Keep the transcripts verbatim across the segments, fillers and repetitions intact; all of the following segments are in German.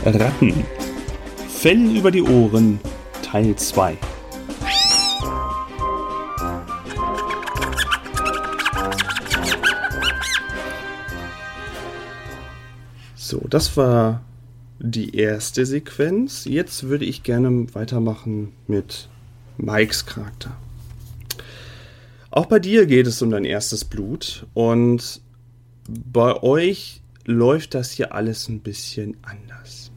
Ratten. Fell über die Ohren, Teil zwei. So, das war die erste Sequenz. Jetzt würde ich gerne weitermachen mit Mikes Charakter. Auch bei dir geht es um dein erstes Blut und bei euch läuft das hier alles ein bisschen anders.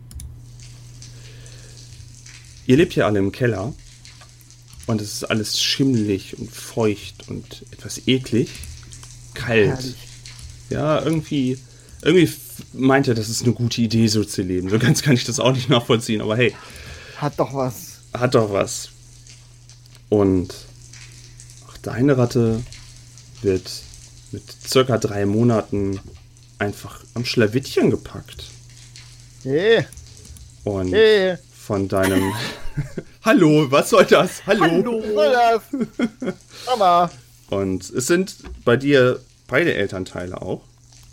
Ihr lebt hier alle im Keller und es ist alles schimmelig und feucht und etwas eklig, kalt. Herrlich. Ja, irgendwie, irgendwie meint er, das ist eine gute Idee, so zu leben. So ganz kann ich das auch nicht nachvollziehen, aber hey. Hat doch was. Hat doch was. Und auch deine Ratte wird mit circa drei Monaten einfach am Schlawittchen gepackt. Hey. Und hey. Von deinem... Hallo, was soll das? Hallo. Hallo, was soll das? Mama. Und es sind bei dir beide Elternteile auch.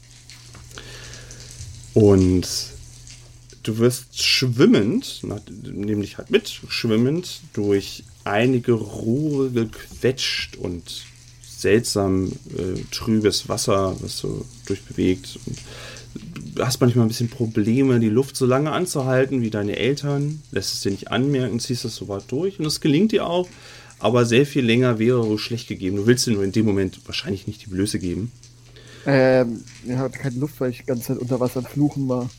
Und du wirst schwimmend, nämlich halt mit schwimmend, durch einige Rohre gequetscht und seltsam äh, trübes Wasser, was so durchbewegt. Und du hast manchmal ein bisschen Probleme, die Luft so lange anzuhalten wie deine Eltern. Lässt es dir nicht anmerken, ziehst es so weit durch. Und das gelingt dir auch, aber sehr viel länger wäre wohl schlecht gegeben. Du willst dir nur in dem Moment wahrscheinlich nicht die Blöße geben. Ähm, ich hatte keine Luft, weil ich die ganze Zeit unter Wasser am Fluchen war.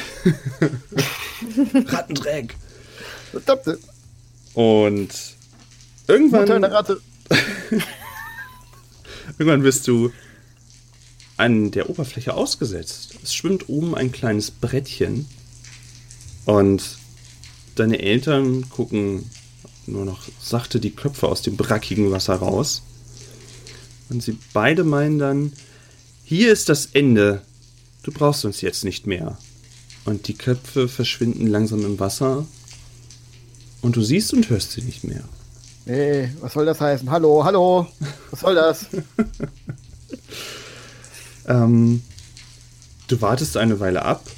Rattendreck. Verdammte. Und irgendwann... Mutter einer Ratte. Irgendwann wirst du an der Oberfläche ausgesetzt. Es schwimmt oben ein kleines Brettchen und deine Eltern gucken nur noch sachte die Köpfe aus dem brackigen Wasser raus. Und sie beide meinen dann, hier ist das Ende, du brauchst uns jetzt nicht mehr. Und die Köpfe verschwinden langsam im Wasser und du siehst und hörst sie nicht mehr. Hey, was soll das heißen? Hallo, hallo, was soll das? ähm, du wartest eine Weile ab,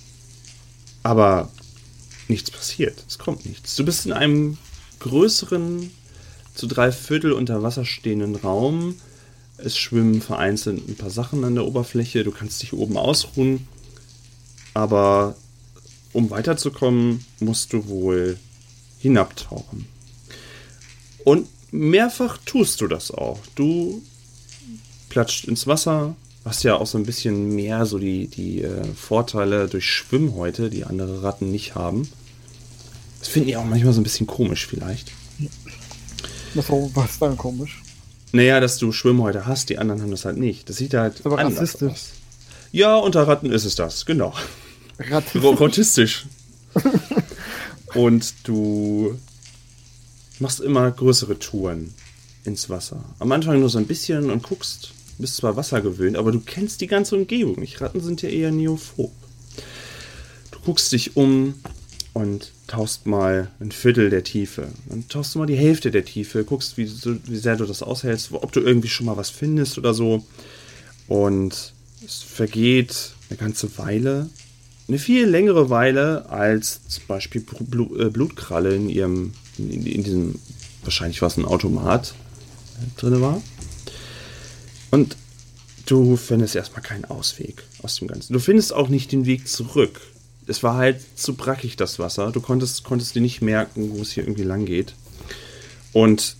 aber nichts passiert, es kommt nichts. Du bist in einem größeren, zu drei Viertel unter Wasser stehenden Raum. Es schwimmen vereinzelt ein paar Sachen an der Oberfläche, du kannst dich oben ausruhen, aber um weiterzukommen, musst du wohl hinabtauchen. Und mehrfach tust du das auch. Du platscht ins Wasser, hast ja auch so ein bisschen mehr so die, die äh, Vorteile durch Schwimmhäute, die andere Ratten nicht haben. Das finden die auch manchmal so ein bisschen komisch vielleicht. Was, was dann komisch? Naja, dass du Schwimmhäute hast, die anderen haben das halt nicht. Das sieht halt aber anders rassistisch aus. Ja, unter Ratten ist es das, genau. Rassistisch. Rautistisch. Und du machst immer größere Touren ins Wasser. Am Anfang nur so ein bisschen und guckst, bist zwar Wasser gewöhnt, aber du kennst die ganze Umgebung nicht. Ratten sind ja eher neophob. Du guckst dich um und tauchst mal ein Viertel der Tiefe. Dann tauchst du mal die Hälfte der Tiefe, guckst, wie, wie sehr du das aushältst, ob du irgendwie schon mal was findest oder so. Und es vergeht eine ganze Weile. Eine viel längere Weile als zum Beispiel Blutkralle in ihrem, in, in diesem, wahrscheinlich war es ein Automat, drin war. Und du findest erstmal keinen Ausweg aus dem Ganzen. Du findest auch nicht den Weg zurück. Es war halt zu brackig, das Wasser. Du konntest, konntest dir nicht merken, wo es hier irgendwie lang geht. Und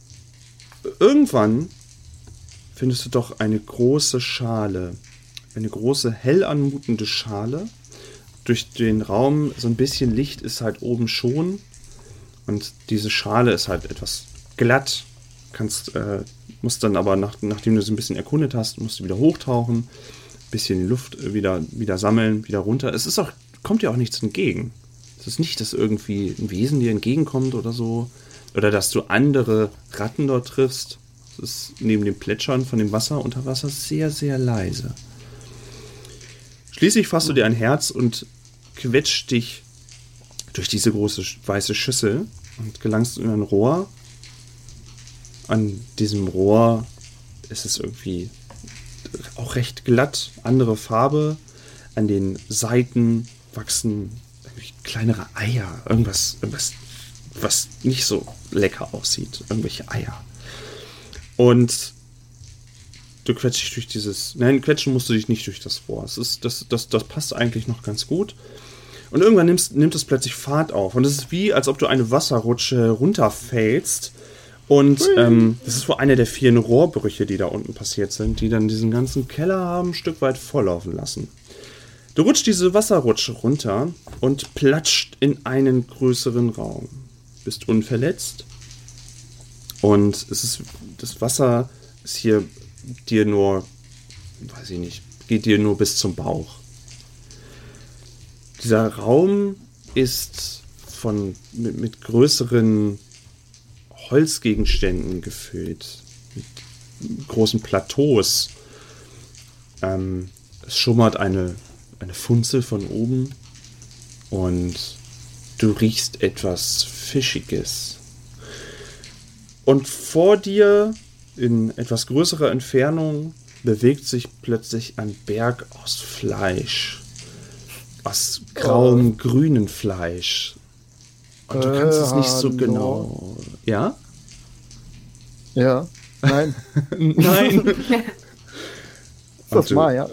irgendwann findest du doch eine große Schale. Eine große, hell anmutende Schale. Durch den Raum so ein bisschen Licht ist halt oben schon. Und diese Schale ist halt etwas glatt. Kannst, äh, musst dann aber, nach, nachdem du so ein bisschen erkundet hast, musst du wieder hochtauchen. Ein bisschen die Luft wieder, wieder sammeln, wieder runter. Es ist auch, kommt dir auch nichts entgegen. Es ist nicht, dass irgendwie ein Wesen dir entgegenkommt oder so. Oder dass du andere Ratten dort triffst. Es ist neben dem Plätschern von dem Wasser unter Wasser sehr, sehr leise. Schließlich fasst du dir ein Herz und quetscht dich durch diese große weiße Schüssel und gelangst in ein Rohr. An diesem Rohr ist es irgendwie auch recht glatt, andere Farbe. An den Seiten wachsen kleinere Eier, irgendwas, irgendwas, was nicht so lecker aussieht, irgendwelche Eier. Und du quetschst dich durch dieses, nein, quetschen musst du dich nicht durch das Rohr. Es ist, das, das, das passt eigentlich noch ganz gut. Und irgendwann nimmst, nimmt es plötzlich Fahrt auf. Und es ist wie, als ob du eine Wasserrutsche runterfällst. Und ähm, das ist wohl eine der vielen Rohrbrüche, die da unten passiert sind, die dann diesen ganzen Keller haben ein Stück weit volllaufen lassen. Du rutschst diese Wasserrutsche runter und platscht in einen größeren Raum. Bist unverletzt. Und es ist, das Wasser ist hier dir nur, weiß ich nicht, geht dir nur bis zum Bauch. Dieser Raum ist von, mit, mit größeren Holzgegenständen gefüllt, mit großen Plateaus. Ähm, es schummert eine, eine Funzel von oben und du riechst etwas Fischiges. Und vor dir, in etwas größerer Entfernung, bewegt sich plötzlich ein Berg aus Fleisch. Aus grauem, oh. grünen Fleisch. Und du kannst äh, es nicht so genau... Ja? Ja. Nein. Nein. Das mal, ja.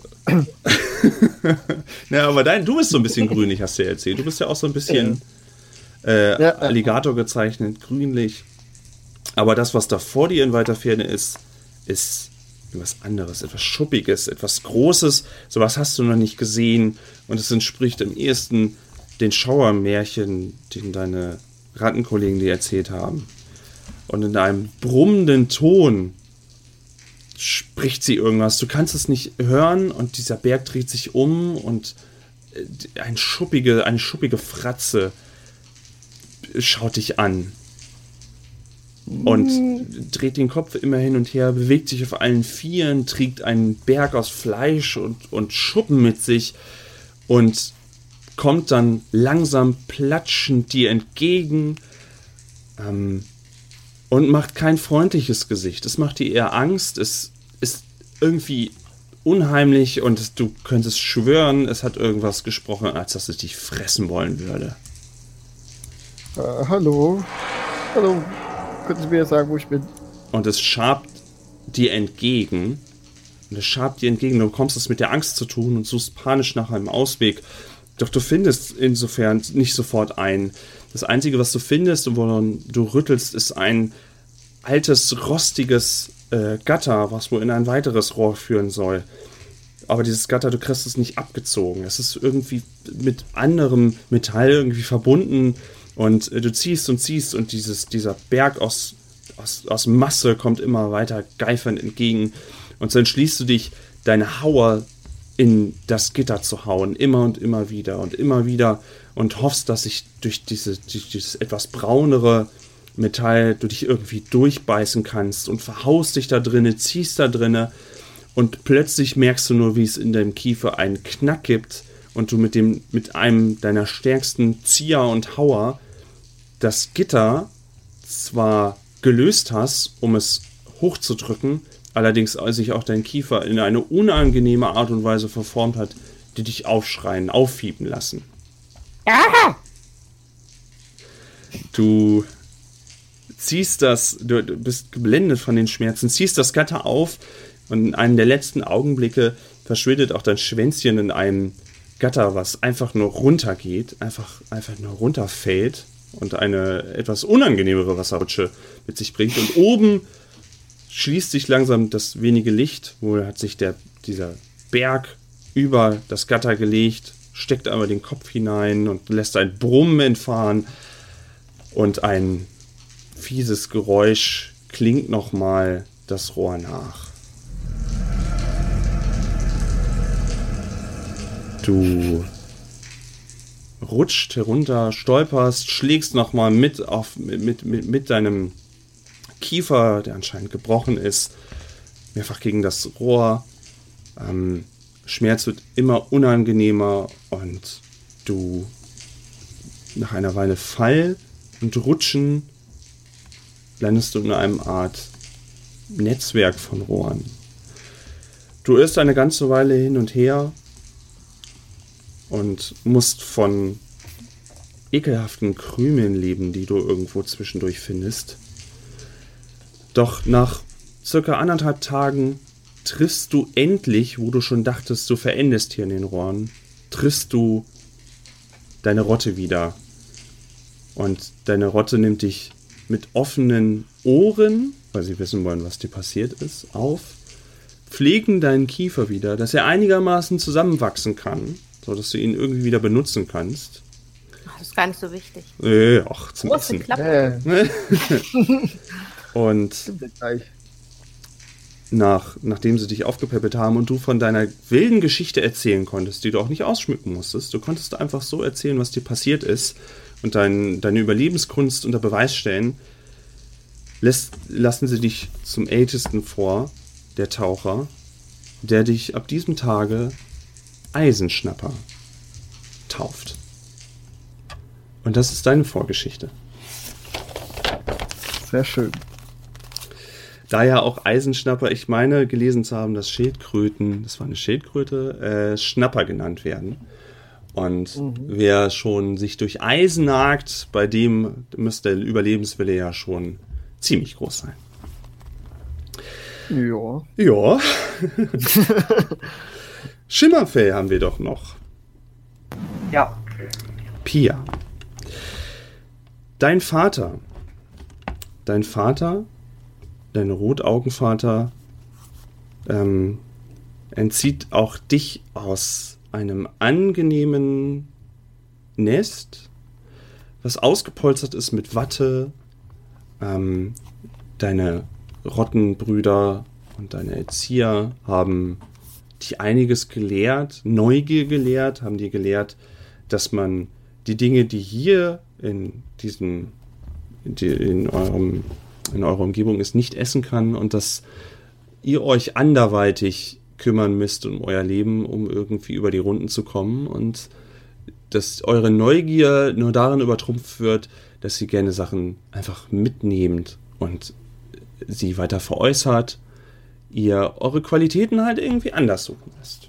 Ja, aber dein, du bist so ein bisschen grünlich, hast du ja erzählt. Du bist ja auch so ein bisschen äh, ja, Alligator gezeichnet, grünlich. Aber das, was da vor dir in weiter Ferne ist, ist etwas anderes, etwas Schuppiges, etwas Großes. Sowas hast du noch nicht gesehen. Und es entspricht am ehesten den Schauermärchen, den deine Rattenkollegen dir erzählt haben. Und in einem brummenden Ton spricht sie irgendwas. Du kannst es nicht hören und dieser Berg dreht sich um und ein schuppige, eine schuppige Fratze schaut dich an. Und dreht den Kopf immer hin und her, bewegt sich auf allen Vieren, trägt einen Berg aus Fleisch und, und Schuppen mit sich und kommt dann langsam platschend dir entgegen ähm, und macht kein freundliches Gesicht. Es macht dir eher Angst, es ist irgendwie unheimlich und du könntest schwören, es hat irgendwas gesprochen, als dass es dich fressen wollen würde. Uh, hallo. Hallo. Können Sie mir sagen, wo ich bin? Und es schabt dir entgegen. Und es schabt dir entgegen. Du bekommst es mit der Angst zu tun und suchst panisch nach einem Ausweg. Doch du findest insofern nicht sofort einen. Das Einzige, was du findest und woran du rüttelst, ist ein altes, rostiges äh, Gatter, was wohl in ein weiteres Rohr führen soll. Aber dieses Gatter, du kriegst es nicht abgezogen. Es ist irgendwie mit anderem Metall irgendwie verbunden. Und äh, du ziehst und ziehst und dieses, dieser Berg aus, aus, aus Masse kommt immer weiter geifernd entgegen. Und so entschließt du dich, deine Hauer in das Gitter zu hauen. Immer und immer wieder und immer wieder. Und hoffst, dass sich durch, diese, durch dieses etwas braunere Metall du dich irgendwie durchbeißen kannst. Und verhaust dich da drinne, ziehst da drinne. Und plötzlich merkst du nur, wie es in deinem Kiefer einen Knack gibt. Und du mit dem, mit einem deiner stärksten Zieher und Hauer das Gitter zwar gelöst hast, um es hochzudrücken, allerdings sich auch dein Kiefer in eine unangenehme Art und Weise verformt hat, die dich aufschreien, auffiepen lassen. Ah! Du ziehst das, du, du bist geblendet von den Schmerzen, ziehst das Gatter auf und in einem der letzten Augenblicke verschwindet auch dein Schwänzchen in einem Gatter, was einfach nur runtergeht, einfach, einfach nur runterfällt und eine etwas unangenehmere Wasserrutsche mit sich bringt. Und oben schließt sich langsam das wenige Licht, wohl hat sich der, dieser Berg über das Gatter gelegt, steckt einmal den Kopf hinein und lässt ein Brummen entfahren und ein fieses Geräusch klingt nochmal das Rohr nach. Du rutscht herunter, stolperst, schlägst nochmal mit, auf, mit, mit, mit deinem Kiefer, der anscheinend gebrochen ist, mehrfach gegen das Rohr. Ähm, Schmerz wird immer unangenehmer und du nach einer Weile Fall und Rutschen landest du in einem Art Netzwerk von Rohren. Du irrst eine ganze Weile hin und her und musst von ekelhaften Krümeln leben, die du irgendwo zwischendurch findest. Doch nach circa anderthalb Tagen triffst du endlich, wo du schon dachtest, du verendest hier in den Rohren, triffst du deine Rotte wieder. Und deine Rotte nimmt dich mit offenen Ohren, weil sie wissen wollen, was dir passiert ist, auf, pflegen deinen Kiefer wieder, dass er einigermaßen zusammenwachsen kann, sodass du ihn irgendwie wieder benutzen kannst. Ach, das ist gar nicht so wichtig. Äh, ach, zum Große Essen. Klappe. Äh, Und stimmt gleich. nach, nachdem sie dich aufgepäppelt haben und du von deiner wilden Geschichte erzählen konntest, die du auch nicht ausschmücken musstest, du konntest einfach so erzählen, was dir passiert ist und dein, deine Überlebenskunst unter Beweis stellen, lässt, lassen sie dich zum Ältesten vor, der Taucher, der dich ab diesem Tage Eisenschnapper tauft. Und das ist deine Vorgeschichte. Sehr schön. Da ja auch Eisenschnapper, ich meine, gelesen zu haben, dass Schildkröten, das war eine Schildkröte, äh, Schnapper genannt werden. Und mhm. wer schon sich durch Eisen nagt, bei dem müsste der Überlebenswille ja schon ziemlich groß sein. Ja. Ja. Schimmerfell haben wir doch noch. Ja. Pia. Dein Vater. Dein Vater, dein Rotaugenvater, ähm, entzieht auch dich aus einem angenehmen Nest, was ausgepolstert ist mit Watte. Ähm, deine Rottenbrüder und deine Erzieher haben dich einiges gelehrt, Neugier gelehrt, haben dir gelehrt, dass man die Dinge, die hier in diesem, die in eurem, in eurer Umgebung ist, nicht essen kann und dass ihr euch anderweitig kümmern müsst um euer Leben, um irgendwie über die Runden zu kommen und dass eure Neugier nur darin übertrumpft wird, dass ihr gerne Sachen einfach mitnehmt und sie weiter veräußert, ihr eure Qualitäten halt irgendwie anders suchen lässt.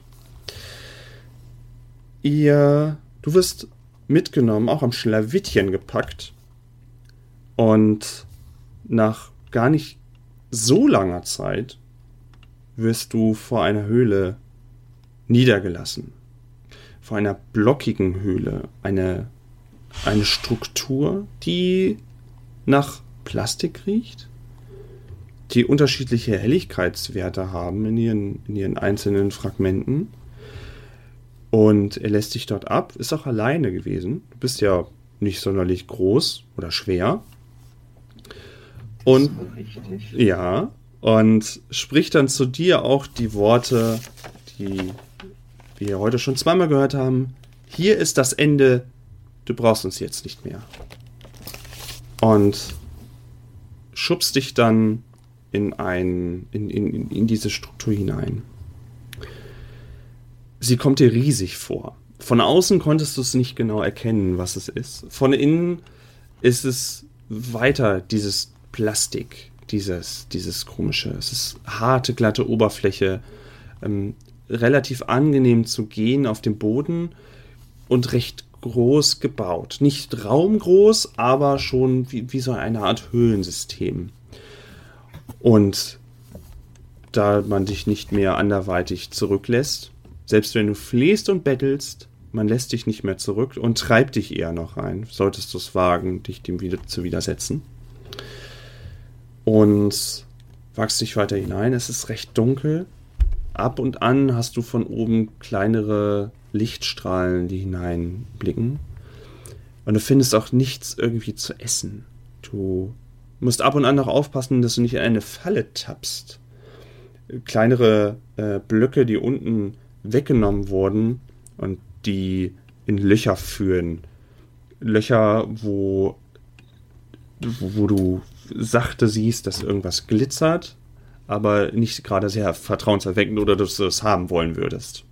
Ihr, du wirst mitgenommen, auch am Schlawittchen gepackt und nach gar nicht so langer Zeit wirst du vor einer Höhle niedergelassen. Vor einer blockigen Höhle. Eine, eine Struktur, die nach Plastik riecht, die unterschiedliche Helligkeitswerte haben in ihren, in ihren einzelnen Fragmenten. Und er lässt dich dort ab, ist auch alleine gewesen. Du bist ja nicht sonderlich groß oder schwer. Und ja, und spricht dann zu dir auch die Worte, die wir heute schon zweimal gehört haben. Hier ist das Ende, du brauchst uns jetzt nicht mehr. Und schubst dich dann in, ein, in, in, in diese Struktur hinein. Sie kommt dir riesig vor. Von außen konntest du es nicht genau erkennen, was es ist. Von innen ist es weiter dieses Plastik, dieses, dieses komische. Es ist harte, glatte Oberfläche, ähm, relativ angenehm zu gehen auf dem Boden und recht groß gebaut. Nicht raumgroß, aber schon wie, wie so eine Art Höhlensystem. Und da man dich nicht mehr anderweitig zurücklässt, selbst wenn du flehst und bettelst, man lässt dich nicht mehr zurück und treibt dich eher noch rein, solltest du es wagen, dich dem wieder zu widersetzen. Und wagst dich weiter hinein. Es ist recht dunkel. Ab und an hast du von oben kleinere Lichtstrahlen, die hineinblicken. Und du findest auch nichts irgendwie zu essen. Du musst ab und an noch aufpassen, dass du nicht in eine Falle tappst. Kleinere äh, Blöcke, die unten weggenommen wurden und die in Löcher führen. Löcher, wo, wo, wo du sachte siehst, dass irgendwas glitzert, aber nicht gerade sehr vertrauenserweckend oder dass du es haben wollen würdest.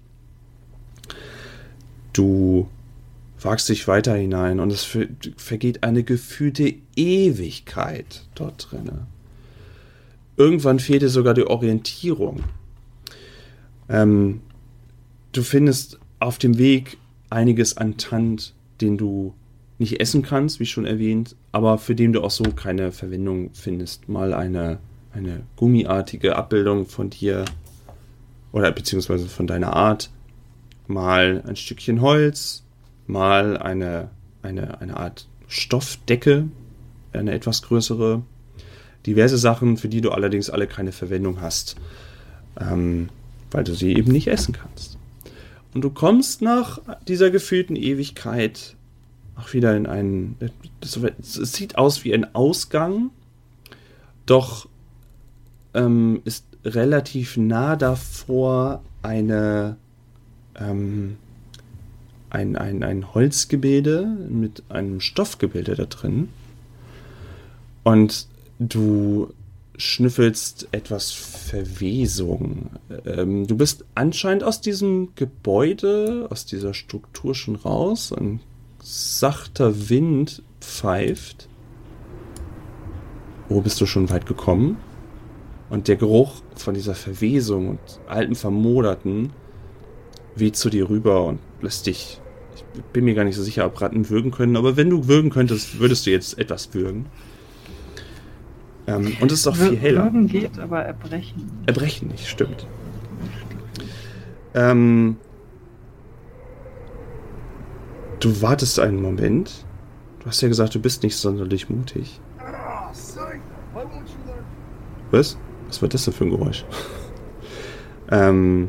Du wagst dich weiter hinein und es vergeht eine gefühlte Ewigkeit dort drinne. Irgendwann fehlt dir sogar die Orientierung. Ähm, du findest auf dem Weg einiges an Tand, den du nicht essen kannst, wie schon erwähnt, aber für den du auch so keine Verwendung findest. Mal eine, eine gummiartige Abbildung von dir oder beziehungsweise von deiner Art, mal ein Stückchen Holz, mal eine, eine, eine Art Stoffdecke, eine etwas größere, diverse Sachen, für die du allerdings alle keine Verwendung hast, ähm, weil du sie eben nicht essen kannst. Und du kommst nach dieser gefühlten Ewigkeit auch wieder in einen, es sieht aus wie ein Ausgang, doch ähm, ist relativ nah davor eine ähm, ein, ein, ein Holzgebilde mit einem Stoffgebilde da drin. Und du schnüffelst etwas Verwesung. Ähm, du bist anscheinend aus diesem Gebäude, aus dieser Struktur schon raus. Ein sachter Wind pfeift. Wo bist du schon weit gekommen? Und der Geruch von dieser Verwesung und alten Vermoderten weht zu dir rüber und lässt dich, ich bin mir gar nicht so sicher, ob Ratten würgen können, aber wenn du würgen könntest, würdest du jetzt etwas würgen. Ähm, und es ist auch viel heller. Würgen geht, aber erbrechen. Erbrechen nicht, stimmt. Ähm, du wartest einen Moment. Du hast ja gesagt, du bist nicht sonderlich mutig. Was? Was war das denn für ein Geräusch? ähm,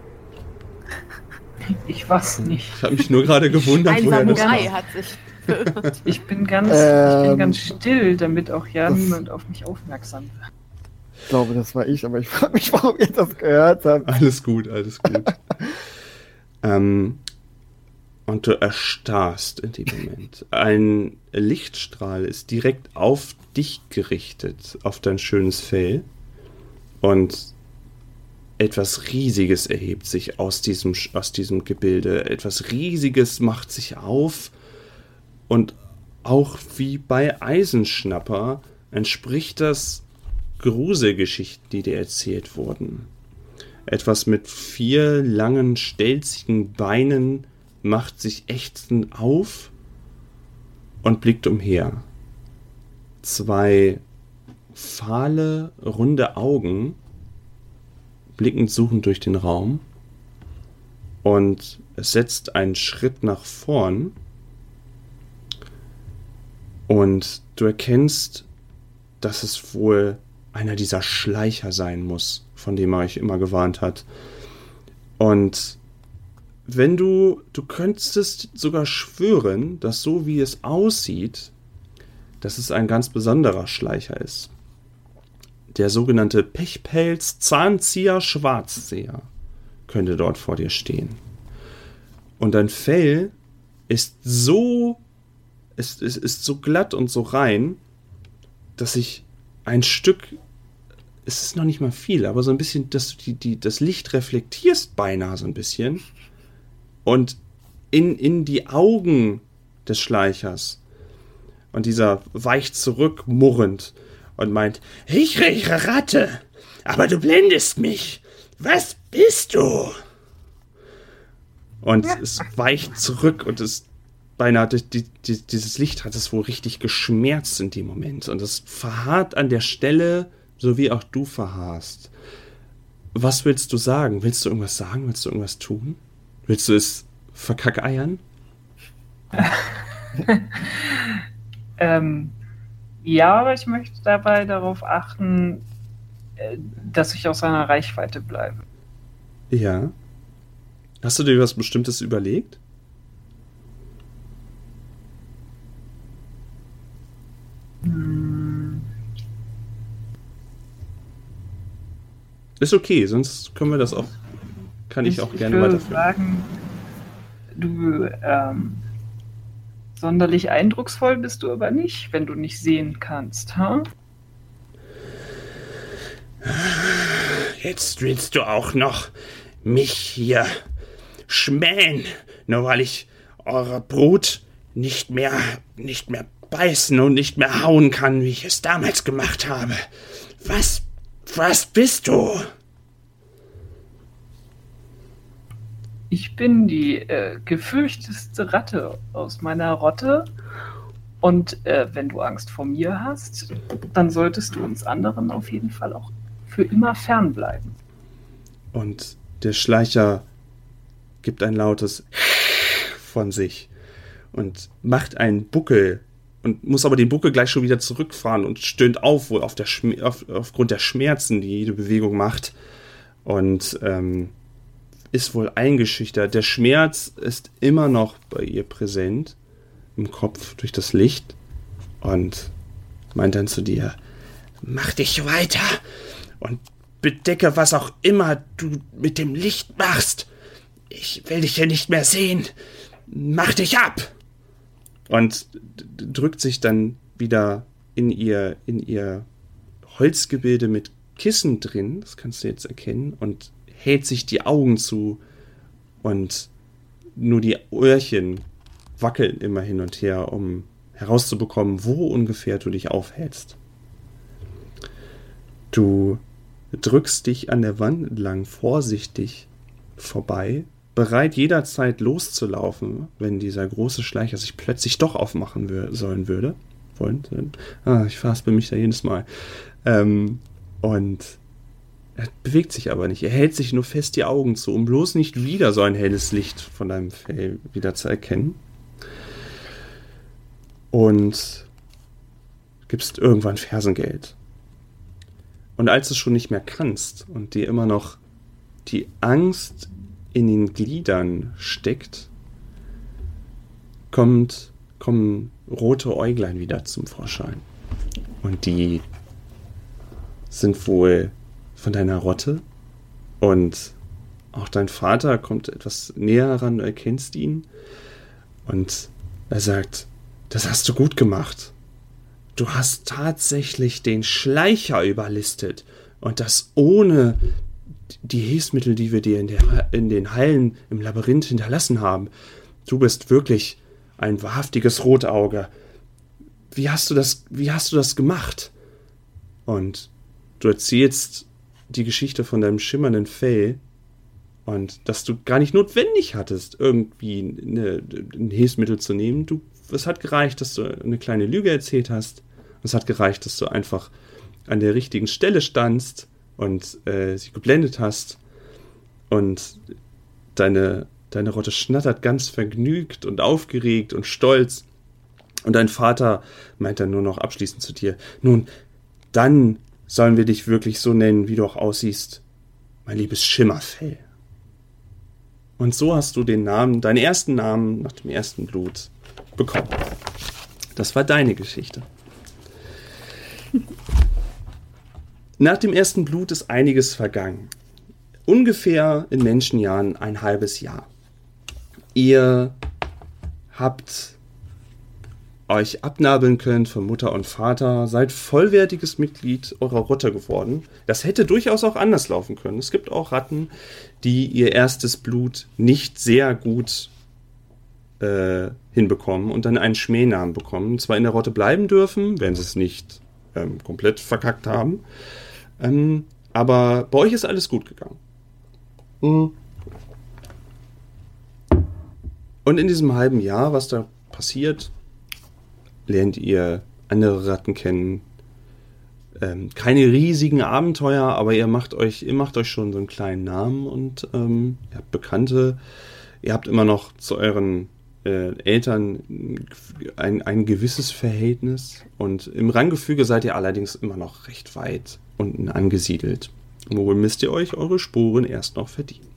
ich weiß nicht. Ich habe mich nur gerade gewundert, Ein woher das Samurai war. hat sich... Ich bin ganz, Ähm, ich bin ganz still, damit auch ja das- niemand auf mich aufmerksam wird. Ich glaube, das war ich, aber ich frage mich, warum ihr das gehört habt. Alles gut, alles gut. ähm, und du erstarrst in dem Moment. Ein Lichtstrahl ist direkt auf dich gerichtet, auf dein schönes Fell. Und etwas Riesiges erhebt sich aus diesem, aus diesem Gebilde. Etwas Riesiges macht sich auf. Und auch wie bei Eisenschnapper entspricht das Gruselgeschichten, die dir erzählt wurden. Etwas mit vier langen, stelzigen Beinen macht sich ächzend auf und blickt umher. Zwei fahle, runde Augen blicken suchend durch den Raum und es setzt einen Schritt nach vorn und du erkennst, dass es wohl einer dieser Schleicher sein muss, von dem er euch immer gewarnt hat. Und wenn du, du könntest sogar schwören, dass so wie es aussieht, dass es ein ganz besonderer Schleicher ist. Der sogenannte Pechpelz Zahnzieher Schwarzseher könnte dort vor dir stehen. Und dein Fell ist so, ist, ist, ist so glatt und so rein, dass ich ein Stück, es ist noch nicht mal viel, aber so ein bisschen, dass du die, die, das Licht reflektierst beinahe so ein bisschen und in, in die Augen des Schleichers. Und dieser weicht zurück, murrend und meint, ich rieche Ratte, aber du blendest mich. Was bist du? Und es weicht zurück und es beinahe, die, die, dieses Licht hat es wohl richtig geschmerzt in dem Moment. Und es verharrt an der Stelle, so wie auch du verharrst. Was willst du sagen? Willst du irgendwas sagen? Willst du irgendwas tun? Willst du es verkackeiern? ähm, ja, aber ich möchte dabei darauf achten, äh, dass ich aus seiner Reichweite bleibe. Ja. Hast du dir was Bestimmtes überlegt? Hm. Ist okay, sonst können wir das auch. Kann ich, ich auch gerne würde weiterführen. Sagen, du ähm, sonderlich eindrucksvoll bist du aber nicht, wenn du nicht sehen kannst, ha? Jetzt willst du auch noch mich hier schmähen, nur weil ich eure Brut nicht mehr, nicht mehr beißen und nicht mehr hauen kann, wie ich es damals gemacht habe. Was, was bist du? Ich bin die äh, gefürchtetste Ratte aus meiner Rotte Und äh, wenn du Angst vor mir hast, dann solltest du uns anderen auf jeden Fall auch für immer fernbleiben. Und der Schleicher gibt ein lautes von sich und macht einen Buckel und muss aber den Buckel gleich schon wieder zurückfahren und stöhnt auf, wohl auf der Schm- auf, aufgrund der Schmerzen, die jede Bewegung macht. Und ähm, ist wohl eingeschüchtert. Der Schmerz ist immer noch bei ihr präsent im Kopf durch das Licht und meint dann zu dir: Mach dich weiter und bedecke, was auch immer du mit dem Licht machst. Ich will dich hier nicht mehr sehen. Mach dich ab! Und d- drückt sich dann wieder in ihr, in ihr Holzgebilde mit Kissen drin, das kannst du jetzt erkennen, und hält sich die Augen zu und nur die Öhrchen wackeln immer hin und her, um herauszubekommen, wo ungefähr du dich aufhältst. Du drückst dich an der Wand entlang vorsichtig vorbei, bereit jederzeit loszulaufen, wenn dieser große Schleicher sich plötzlich doch aufmachen wür- sollen würde. Wollen. Ah, ich verhaspel mich da jedes Mal. Ähm, und er bewegt sich aber nicht. Er hält sich nur fest die Augen zu, um bloß nicht wieder so ein helles Licht von deinem Fell wieder zu erkennen. Und gibst irgendwann Fersengeld. Und als du es schon nicht mehr kannst und dir immer noch die Angst in den Gliedern steckt, kommt, kommen rote Äuglein wieder zum Vorschein. Und die sind wohl von deiner Rotte. Und auch dein Vater kommt etwas näher heran, du erkennst ihn. Und er sagt: Das hast du gut gemacht. Du hast tatsächlich den Schleicher überlistet. Und das ohne die Hilfsmittel, die wir dir in, der, in den Hallen im Labyrinth hinterlassen haben. Du bist wirklich ein wahrhaftiges Rotauge. Wie hast du das, wie hast du das gemacht? Und du erzählst die Geschichte von deinem schimmernden Fell und dass du gar nicht notwendig hattest, irgendwie eine, ein Hilfsmittel zu nehmen. Du, es hat gereicht, dass du eine kleine Lüge erzählt hast. Es hat gereicht, dass du einfach an der richtigen Stelle standst und äh, sie geblendet hast. Und deine, deine Rotte schnattert ganz vergnügt und aufgeregt und stolz. Und dein Vater meint dann nur noch abschließend zu dir: Nun, dann sollen wir dich wirklich so nennen, wie du auch aussiehst, mein liebes Schimmerfell. Und so hast du den Namen, deinen ersten Namen nach dem ersten Blut bekommen. Das war deine Geschichte. Nach dem ersten Blut ist einiges vergangen. Ungefähr in Menschenjahren ein halbes Jahr. Ihr habt euch abnabeln könnt von Mutter und Vater, seid vollwertiges Mitglied eurer Rotte geworden. Das hätte durchaus auch anders laufen können. Es gibt auch Ratten, die ihr erstes Blut nicht sehr gut äh, hinbekommen und dann einen Schmähnamen bekommen. Zwar in der Rotte bleiben dürfen, wenn sie es nicht ähm, komplett verkackt haben. Ähm, aber bei euch ist alles gut gegangen. Mhm. Und in diesem halben Jahr, was da passiert, lernt ihr andere Ratten kennen. Ähm, keine riesigen Abenteuer, aber ihr macht euch, ihr macht euch schon so einen kleinen Namen und ähm, ihr habt Bekannte. Ihr habt immer noch zu euren äh, Eltern ein, ein gewisses Verhältnis. Und im Ranggefüge seid ihr allerdings immer noch recht weit unten angesiedelt. Wohl müsst ihr euch eure Spuren erst noch verdienen.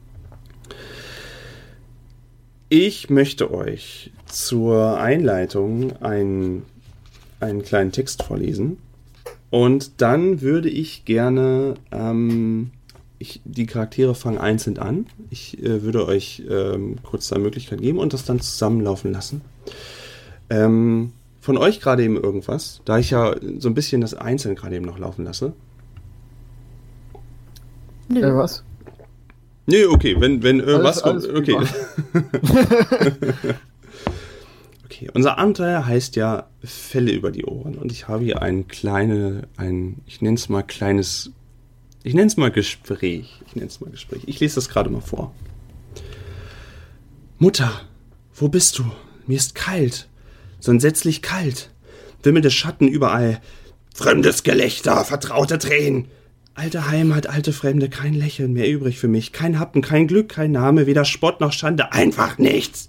Ich möchte euch zur Einleitung einen, einen kleinen Text vorlesen und dann würde ich gerne, ähm, ich, die Charaktere fangen einzeln an. Ich äh, würde euch ähm, kurz eine Möglichkeit geben und das dann zusammenlaufen lassen. Ähm, von euch gerade eben irgendwas, da ich ja so ein bisschen das Einzelne gerade eben noch laufen lasse. Nö. Äh, was? Nee, okay, wenn, wenn äh, was kommt, okay. Okay, unser Abenteuer heißt ja Fälle über die Ohren und ich habe hier ein kleine, ein, ich nenne es mal kleines, ich nenne es mal Gespräch, ich nenne es mal Gespräch. Ich lese das gerade mal vor. Mutter, wo bist du? Mir ist kalt. so entsetzlich kalt. Wimmelnde Schatten überall. Fremdes Gelächter, vertraute Tränen. Alte Heimat, alte Fremde, kein Lächeln mehr übrig für mich. Kein Happen, kein Glück, kein Name, weder Spott noch Schande, einfach nichts.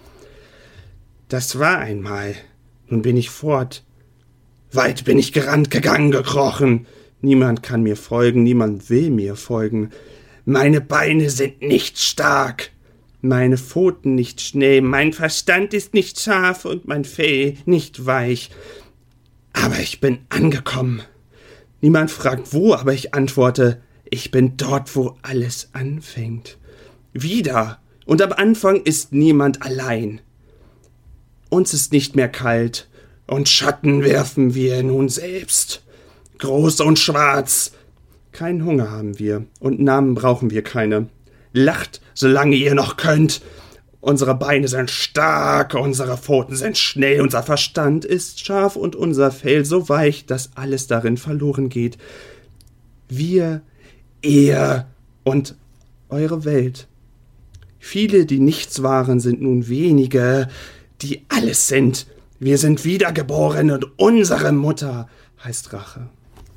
Das war einmal. Nun bin ich fort. Weit bin ich gerannt, gegangen, gekrochen. Niemand kann mir folgen, niemand will mir folgen. Meine Beine sind nicht stark, meine Pfoten nicht schnell, mein Verstand ist nicht scharf und mein Fell nicht weich. Aber ich bin angekommen. Niemand fragt wo, aber ich antworte, ich bin dort, wo alles anfängt. Wieder, und am Anfang ist niemand allein. Uns ist nicht mehr kalt, und Schatten werfen wir nun selbst. Groß und schwarz. Keinen Hunger haben wir, und Namen brauchen wir keine. Lacht, solange ihr noch könnt. Unsere Beine sind stark, unsere Pfoten sind schnell, unser Verstand ist scharf und unser Fell so weich, dass alles darin verloren geht. Wir, ihr und eure Welt. Viele, die nichts waren, sind nun wenige, die alles sind. Wir sind wiedergeboren und unsere Mutter heißt Rache.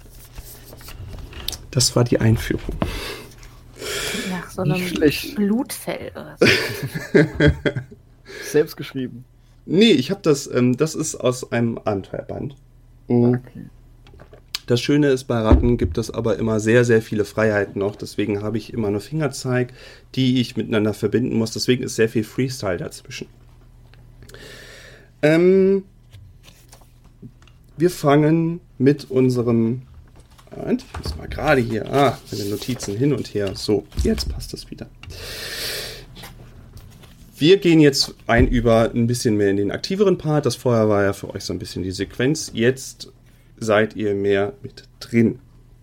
Das war die Einführung. Nach so einem Nicht schlecht. Blutfell oder so. Selbst geschrieben. Nee, ich habe das, ähm, das ist aus einem Abenteuerband. Mhm. Okay. Das Schöne ist, bei Ratten gibt es aber immer sehr, sehr viele Freiheiten noch. Deswegen habe ich immer eine Fingerzeig, die ich miteinander verbinden muss. Deswegen ist sehr viel Freestyle dazwischen. Ähm, wir fangen mit unserem... Moment, ich muss mal gerade hier... Ah, meine Notizen hin und her. So, jetzt passt das wieder. Wir gehen jetzt ein über ein bisschen mehr in den aktiveren Part. Das vorher war ja für euch so ein bisschen die Sequenz. Jetzt seid ihr mehr mit drin.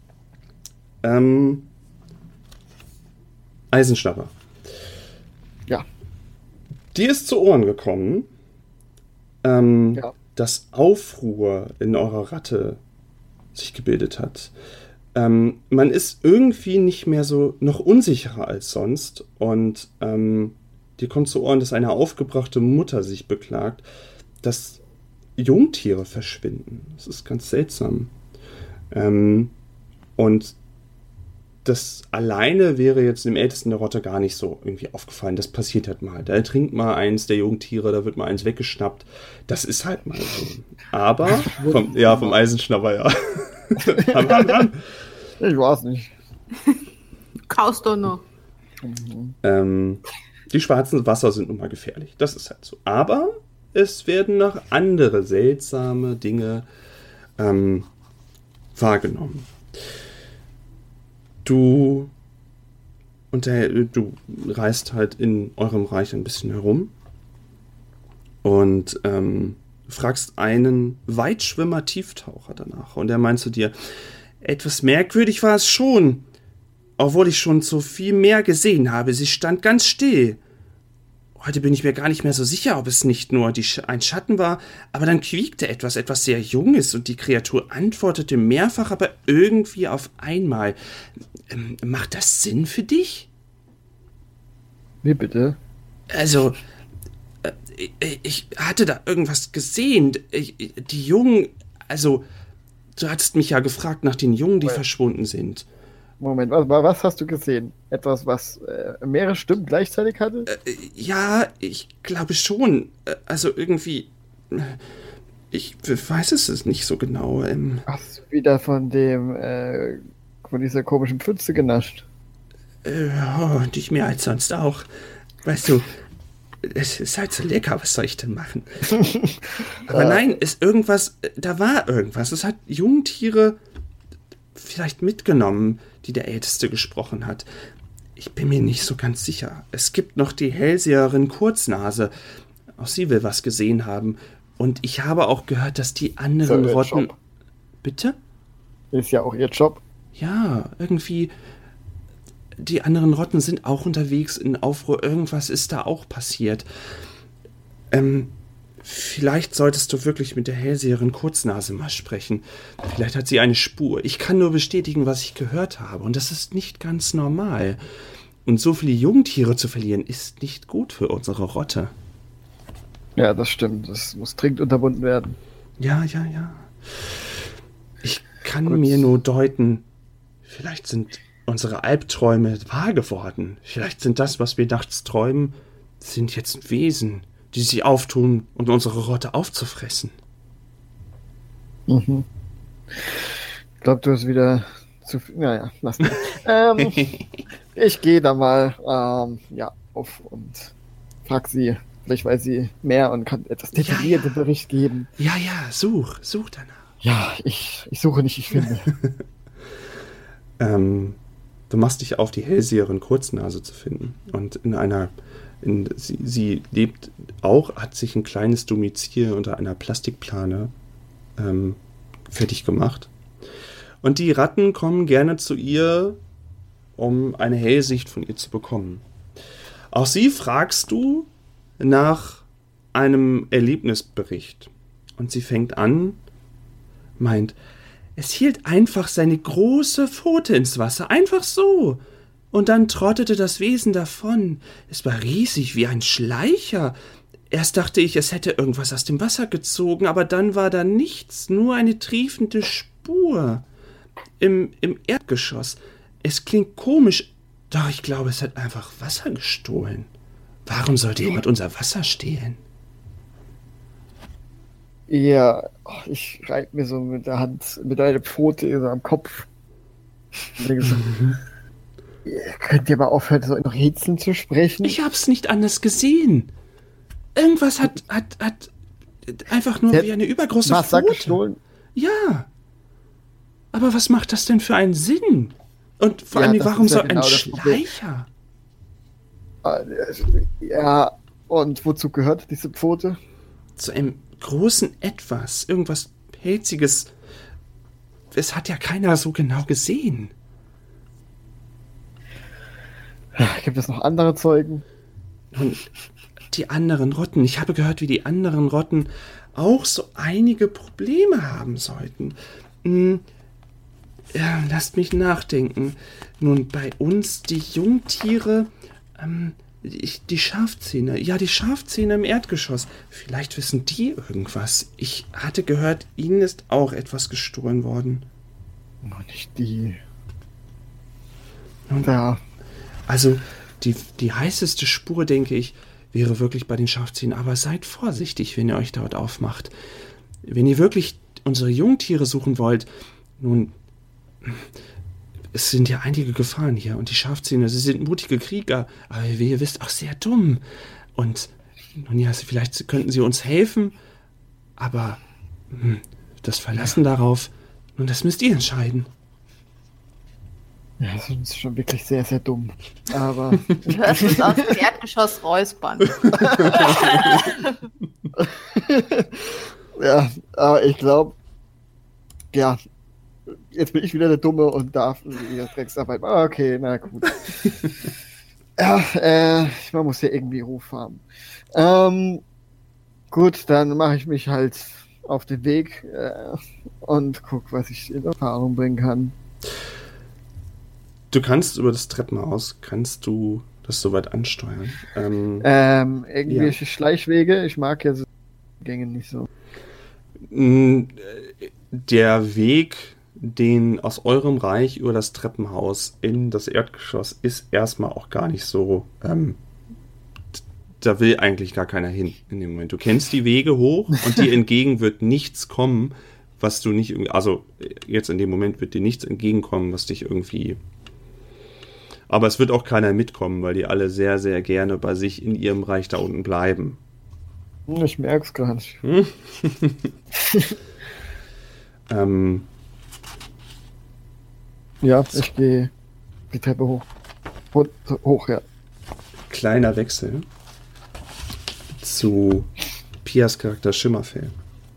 Ähm, Eisenschnapper. Ja. Dir ist zu Ohren gekommen, ähm, Ja. dass Aufruhr in eurer Ratte sich gebildet hat. Ähm, man ist irgendwie nicht mehr so noch unsicherer als sonst und ähm, dir kommt zu Ohren, dass eine aufgebrachte Mutter sich beklagt, dass Jungtiere verschwinden. Das ist ganz seltsam. Ähm, und das alleine wäre jetzt dem Ältesten der Rotte gar nicht so irgendwie aufgefallen. Das passiert halt mal. Da ertrinkt mal eins der Jungtiere, da wird mal eins weggeschnappt. Das ist halt mal so. Aber, vom, ja, vom Eisenschnapper, ja. Ran, ran, ran. Ich weiß nicht. Kaust doch noch. Ähm, die schwarzen Wasser sind nun mal gefährlich. Das ist halt so. Aber es werden noch andere seltsame Dinge ähm, wahrgenommen. Du, und der, du reist halt in eurem Reich ein bisschen herum und ähm, fragst einen Weitschwimmer Tieftaucher danach. Und er meint zu dir, etwas merkwürdig war es schon, obwohl ich schon so viel mehr gesehen habe. Sie stand ganz still. Heute bin ich mir gar nicht mehr so sicher, ob es nicht nur die Sch- ein Schatten war, aber dann quiekte etwas, etwas sehr Junges, und die Kreatur antwortete mehrfach, aber irgendwie auf einmal. Ähm, macht das Sinn für dich? Wie bitte? Also, äh, ich, ich hatte da irgendwas gesehen. Ich, die Jungen, also, du hattest mich ja gefragt nach den Jungen, die Ja. verschwunden sind. Moment, was, was hast du gesehen? Etwas, was äh, mehrere Stimmen gleichzeitig hatte? Äh, ja, ich glaube schon. Äh, Also irgendwie, äh, ich weiß es nicht so genau. Ähm, Hast du wieder von dem, äh, von dieser komischen Pfütze genascht? äh, oh, nicht mehr als sonst auch. Weißt du, es ist halt so lecker, was soll ich denn machen? Aber nein, ist irgendwas, da war irgendwas. Es hat Jungtiere vielleicht mitgenommen, die der Älteste gesprochen hat. Ich bin mir nicht so ganz sicher. Es gibt noch die Hellseherin Kurznase. Auch sie will was gesehen haben. Und ich habe auch gehört, dass die anderen So, ihr Rotten... Job. Bitte? Ist ja auch ihr Job. Ja, irgendwie... Die anderen Rotten sind auch unterwegs in Aufruhr. Irgendwas ist da auch passiert. Ähm, vielleicht solltest du wirklich mit der Hellseherin Kurznase mal sprechen. Vielleicht hat sie eine Spur. Ich kann nur bestätigen, was ich gehört habe. Und das ist nicht ganz normal. Und so viele Jungtiere zu verlieren, ist nicht gut für unsere Rotte. Ja, das stimmt. Das muss dringend unterbunden werden. Ja, ja, ja. Ich kann Gut. mir nur deuten, vielleicht sind unsere Albträume wahr geworden. Vielleicht sind das, was wir nachts träumen, sind jetzt Wesen, die sich auftun, um unsere Rotte aufzufressen. Mhm. Ich glaube, du hast wieder zu viel. Naja, lass mal. ähm, ich gehe da mal ähm, ja, auf und frag sie. Vielleicht weiß sie mehr und kann etwas detaillierten Ja, ja. Bericht geben. Ja, ja, such, such danach. Ja, ich, ich suche nicht, ich finde. Ähm, du machst dich auf, die Hellseherin Kurznase zu finden. Und in einer, in, sie, sie lebt auch, hat sich ein kleines Domizil unter einer Plastikplane ähm, fertig gemacht. Und die Ratten kommen gerne zu ihr, um eine Hellsicht von ihr zu bekommen. Auch sie fragst du nach einem Erlebnisbericht. Und sie fängt an, meint, es hielt einfach seine große Pfote ins Wasser, einfach so. Und dann trottete das Wesen davon. Es war riesig wie ein Schleicher. Erst dachte ich, es hätte irgendwas aus dem Wasser gezogen, aber dann war da nichts, nur eine triefende Spur im, im Erdgeschoss. Es klingt komisch, doch ich glaube, es hat einfach Wasser gestohlen. Warum sollte jemand unser Wasser stehlen? Ja, ich reibe mir so mit der Hand, mit einer Pfote so am Kopf. Und denke so, könnt ihr mal aufhören, so in Rätseln zu sprechen? Ich hab's nicht anders gesehen. Irgendwas hat, hat, hat einfach nur Sie hat wie eine übergroße Wasser Pfote. gestohlen? Ja. Aber was macht das denn für einen Sinn? Und vor Ja, allem, das warum ist ja soll genau ein das Problem. Schleicher? Ja, und wozu gehört diese Pfote? Zu einem großen Etwas, irgendwas Pelziges. Es hat ja keiner so genau gesehen. Gibt es noch andere Zeugen? Und die anderen Rotten, ich habe gehört, wie die anderen Rotten auch so einige Probleme haben sollten. Hm, ja, lasst mich nachdenken. Nun, bei uns die Jungtiere, ähm, ich, die Schafzähne, ja, die Schafzähne im Erdgeschoss. Vielleicht wissen die irgendwas. Ich hatte gehört, ihnen ist auch etwas gestohlen worden. Noch nicht die. Nun, Ja, Also, die, die heißeste Spur, denke ich, wäre wirklich bei den Schafzähnen. Aber seid vorsichtig, wenn ihr euch dort aufmacht. Wenn ihr wirklich unsere Jungtiere suchen wollt, nun, es sind ja einige Gefahren hier. Und die Schafzähne, sie sind mutige Krieger, aber wie ihr wisst, auch sehr dumm. Und nun ja, vielleicht könnten sie uns helfen, aber hm, das Verlassen darauf, nun, das müsst ihr entscheiden. ja, das ist schon wirklich sehr, sehr dumm. Aber Du hörst uns aus dem Erdgeschoss räuspern. ja, aber ich glaube, ja, jetzt bin ich wieder der Dumme und darf wieder Drecksarbeit machen. Okay, na gut. Ja, äh, man muss ja irgendwie Ruf haben. Ähm, gut, dann mache ich mich halt auf den Weg äh, und guck, was ich in Erfahrung bringen kann. Du kannst über das Treppenhaus, kannst du das soweit ansteuern. Ähm, Ähm, irgendwelche Ja. Schleichwege, ich mag ja so Gänge nicht so. mh, der Weg, den aus eurem Reich über das Treppenhaus in das Erdgeschoss, ist erstmal auch gar nicht so. Ähm, d- da will eigentlich gar keiner hin in dem Moment. Du kennst die Wege hoch und dir entgegen wird nichts kommen, was du nicht irgendwie. Also jetzt in dem Moment wird dir nichts entgegenkommen, was dich irgendwie. Aber es wird auch keiner mitkommen, weil die alle sehr, sehr gerne bei sich in ihrem Reich da unten bleiben. Hm, Ich merk's gar nicht. Ähm, Ja, ich gehe die Treppe hoch. Hoch, hoch, ja. kleiner Wechsel zu Pias Charakter Schimmerfell.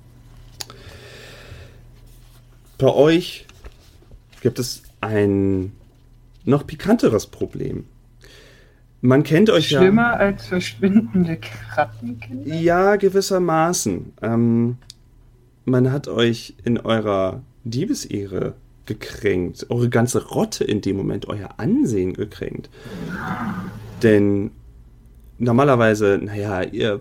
Bei euch gibt es ein noch pikanteres Problem. Man kennt euch ja... Schlimmer als verschwindende Rattenkinder? Ja, gewissermaßen. Ähm, man hat euch in eurer Diebesehre gekränkt, eure ganze Rotte in dem Moment, euer Ansehen gekränkt. Denn normalerweise, naja, ihr,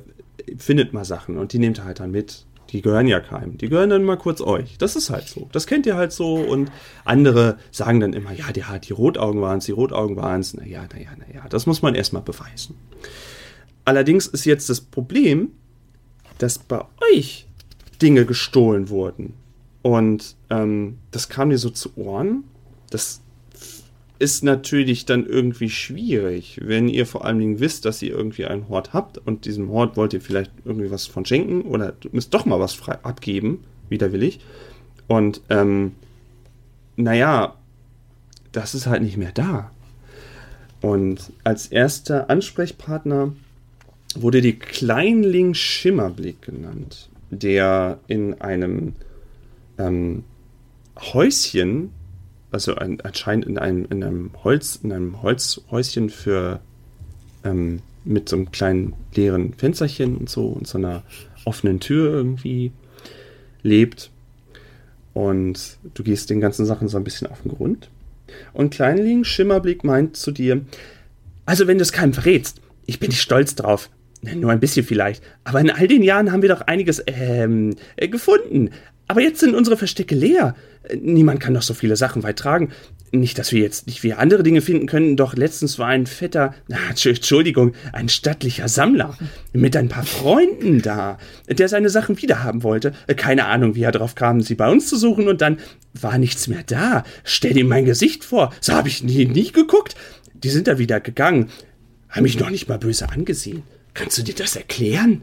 findet mal Sachen und die nehmt ihr halt dann mit. Die gehören ja keinem. Die gehören dann mal kurz euch. Das ist halt so. Das kennt ihr halt so. Und andere sagen dann immer, ja, die, die Rotaugen waren es, die Rotaugen waren es. Naja, naja, naja. Das muss man erstmal beweisen. Allerdings ist jetzt das Problem, dass bei euch Dinge gestohlen wurden. Und ähm, das kam dir so zu Ohren. Das ist natürlich dann irgendwie schwierig, wenn ihr vor allen Dingen wisst, dass ihr irgendwie einen Hort habt und diesem Hort wollt ihr vielleicht irgendwie was von schenken oder müsst doch mal was frei abgeben, widerwillig. Und ähm, naja, das ist halt nicht mehr da. Und als erster Ansprechpartner wurde die Kleinling Schimmerblick genannt, der in einem ähm, Häuschen, also ein, anscheinend in einem, in einem Holz, in einem Holzhäuschen für ähm, mit so einem kleinen leeren Fensterchen und so und so einer offenen Tür irgendwie lebt. Und du gehst den ganzen Sachen so ein bisschen auf den Grund. Und Kleinling Schimmerblick meint zu dir, also wenn du es keinem verrätst, ich bin nicht stolz drauf. Nur ein bisschen vielleicht. Aber in all den Jahren haben wir doch einiges ähm, äh, gefunden. Aber jetzt sind unsere Verstecke leer. Niemand kann doch so viele Sachen weit tragen. Nicht, dass wir jetzt nicht wie andere Dinge finden können, doch letztens war ein fetter, na, Entschuldigung, ein stattlicher Sammler mit ein paar Freunden da, der seine Sachen wiederhaben wollte. Keine Ahnung, wie er drauf kam, sie bei uns zu suchen und dann war nichts mehr da. Stell dir mein Gesicht vor, so habe ich nie, nie geguckt. Die sind da wieder gegangen, haben mich noch nicht mal böse angesehen. Kannst du dir das erklären?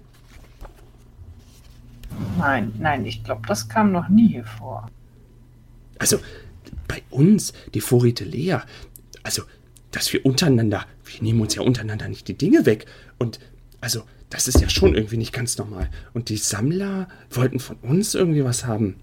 Nein, nein, ich glaube, das kam noch nie hier vor. Also, bei uns, die Vorräte leer. Also, dass wir untereinander, wir nehmen uns ja untereinander nicht die Dinge weg. Und, also, das ist ja schon irgendwie nicht ganz normal. Und die Sammler wollten von uns irgendwie was haben.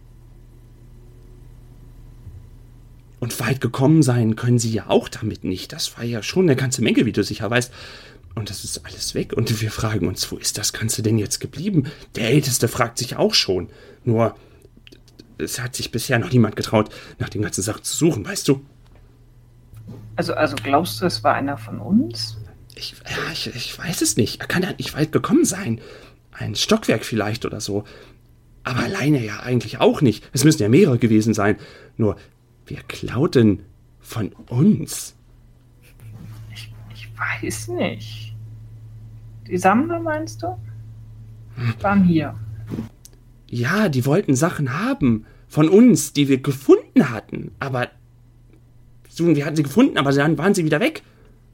Und weit gekommen sein können sie ja auch damit nicht. Das war ja schon eine ganze Menge, wie du sicher weißt. Und das ist alles weg. Und wir fragen uns, wo ist das Ganze denn jetzt geblieben? Der Älteste fragt sich auch schon. Nur, es hat sich bisher noch niemand getraut, nach den ganzen Sachen zu suchen, weißt du? Also, also glaubst du, es war einer von uns? Ich, ja, ich, ich weiß es nicht. Er kann ja nicht weit gekommen sein. Ein Stockwerk vielleicht oder so. Aber alleine ja eigentlich auch nicht. Es müssen ja mehrere gewesen sein. Nur, wer klaut denn von uns? Ich, ich weiß nicht. Die Sammler, meinst du? Waren hier. Ja, die wollten Sachen haben. Von uns, die wir gefunden hatten. Aber so, wir hatten sie gefunden, aber dann waren sie wieder weg.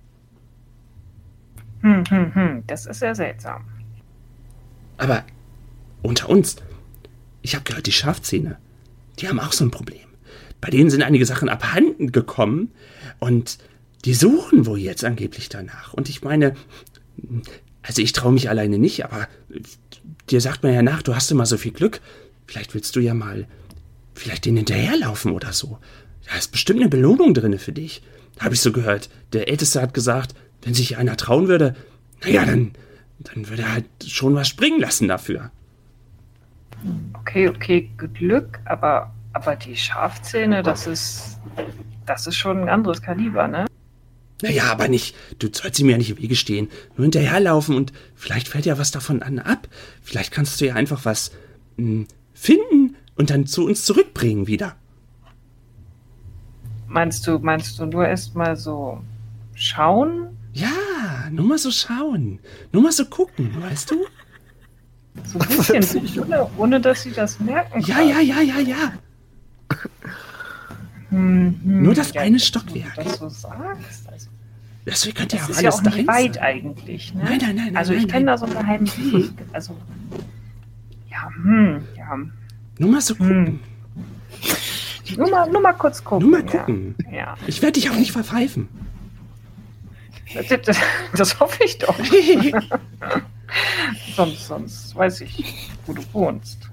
Hm, hm, hm. Das ist ja seltsam. Aber unter uns, ich habe gehört, die Schafzähne, die haben auch so ein Problem. Bei denen sind einige Sachen abhanden gekommen und die suchen wohl jetzt angeblich danach. Und ich meine, also ich traue mich alleine nicht, aber dir sagt man ja nach, du hast immer so viel Glück. Vielleicht willst du ja mal, vielleicht denen hinterherlaufen oder so. Da ist bestimmt eine Belohnung drin für dich. Habe ich so gehört. Der Älteste hat gesagt, wenn sich einer trauen würde, naja, dann, dann würde er halt schon was springen lassen dafür. Okay, okay, Glück, aber, aber die Schafzähne, das ist, das ist schon ein anderes Kaliber, ne? Naja, aber nicht, du sollst sie mir ja nicht im Wege stehen. Nur hinterherlaufen und vielleicht fällt ja was davon an ab. Vielleicht kannst du ja einfach was mh, finden und dann zu uns zurückbringen wieder. Meinst du, meinst du nur erst mal so schauen? Ja, nur mal so schauen. Nur mal so gucken, weißt du? So ein bisschen, ohne, ohne dass sie das merken. Ja, ja, ja, ja, ja. Hm, hm, Nur das ja, eine dass Stockwerk. Du das so sagst. Also, Das könnte ja das auch ist alles ja auch nicht deins weit sein. eigentlich. Ne? Nein, nein, nein. Also nein, ich nein, kenne nein. da so einen geheimen Weg. Also, ja, hm, ja. Nur mal so gucken. Hm. Nur mal, nur mal kurz gucken. Nur mal gucken. Ja. Ja. Ich werde dich auch nicht verpfeifen. Das, das, das hoffe ich doch. sonst, sonst weiß ich, wo du wohnst.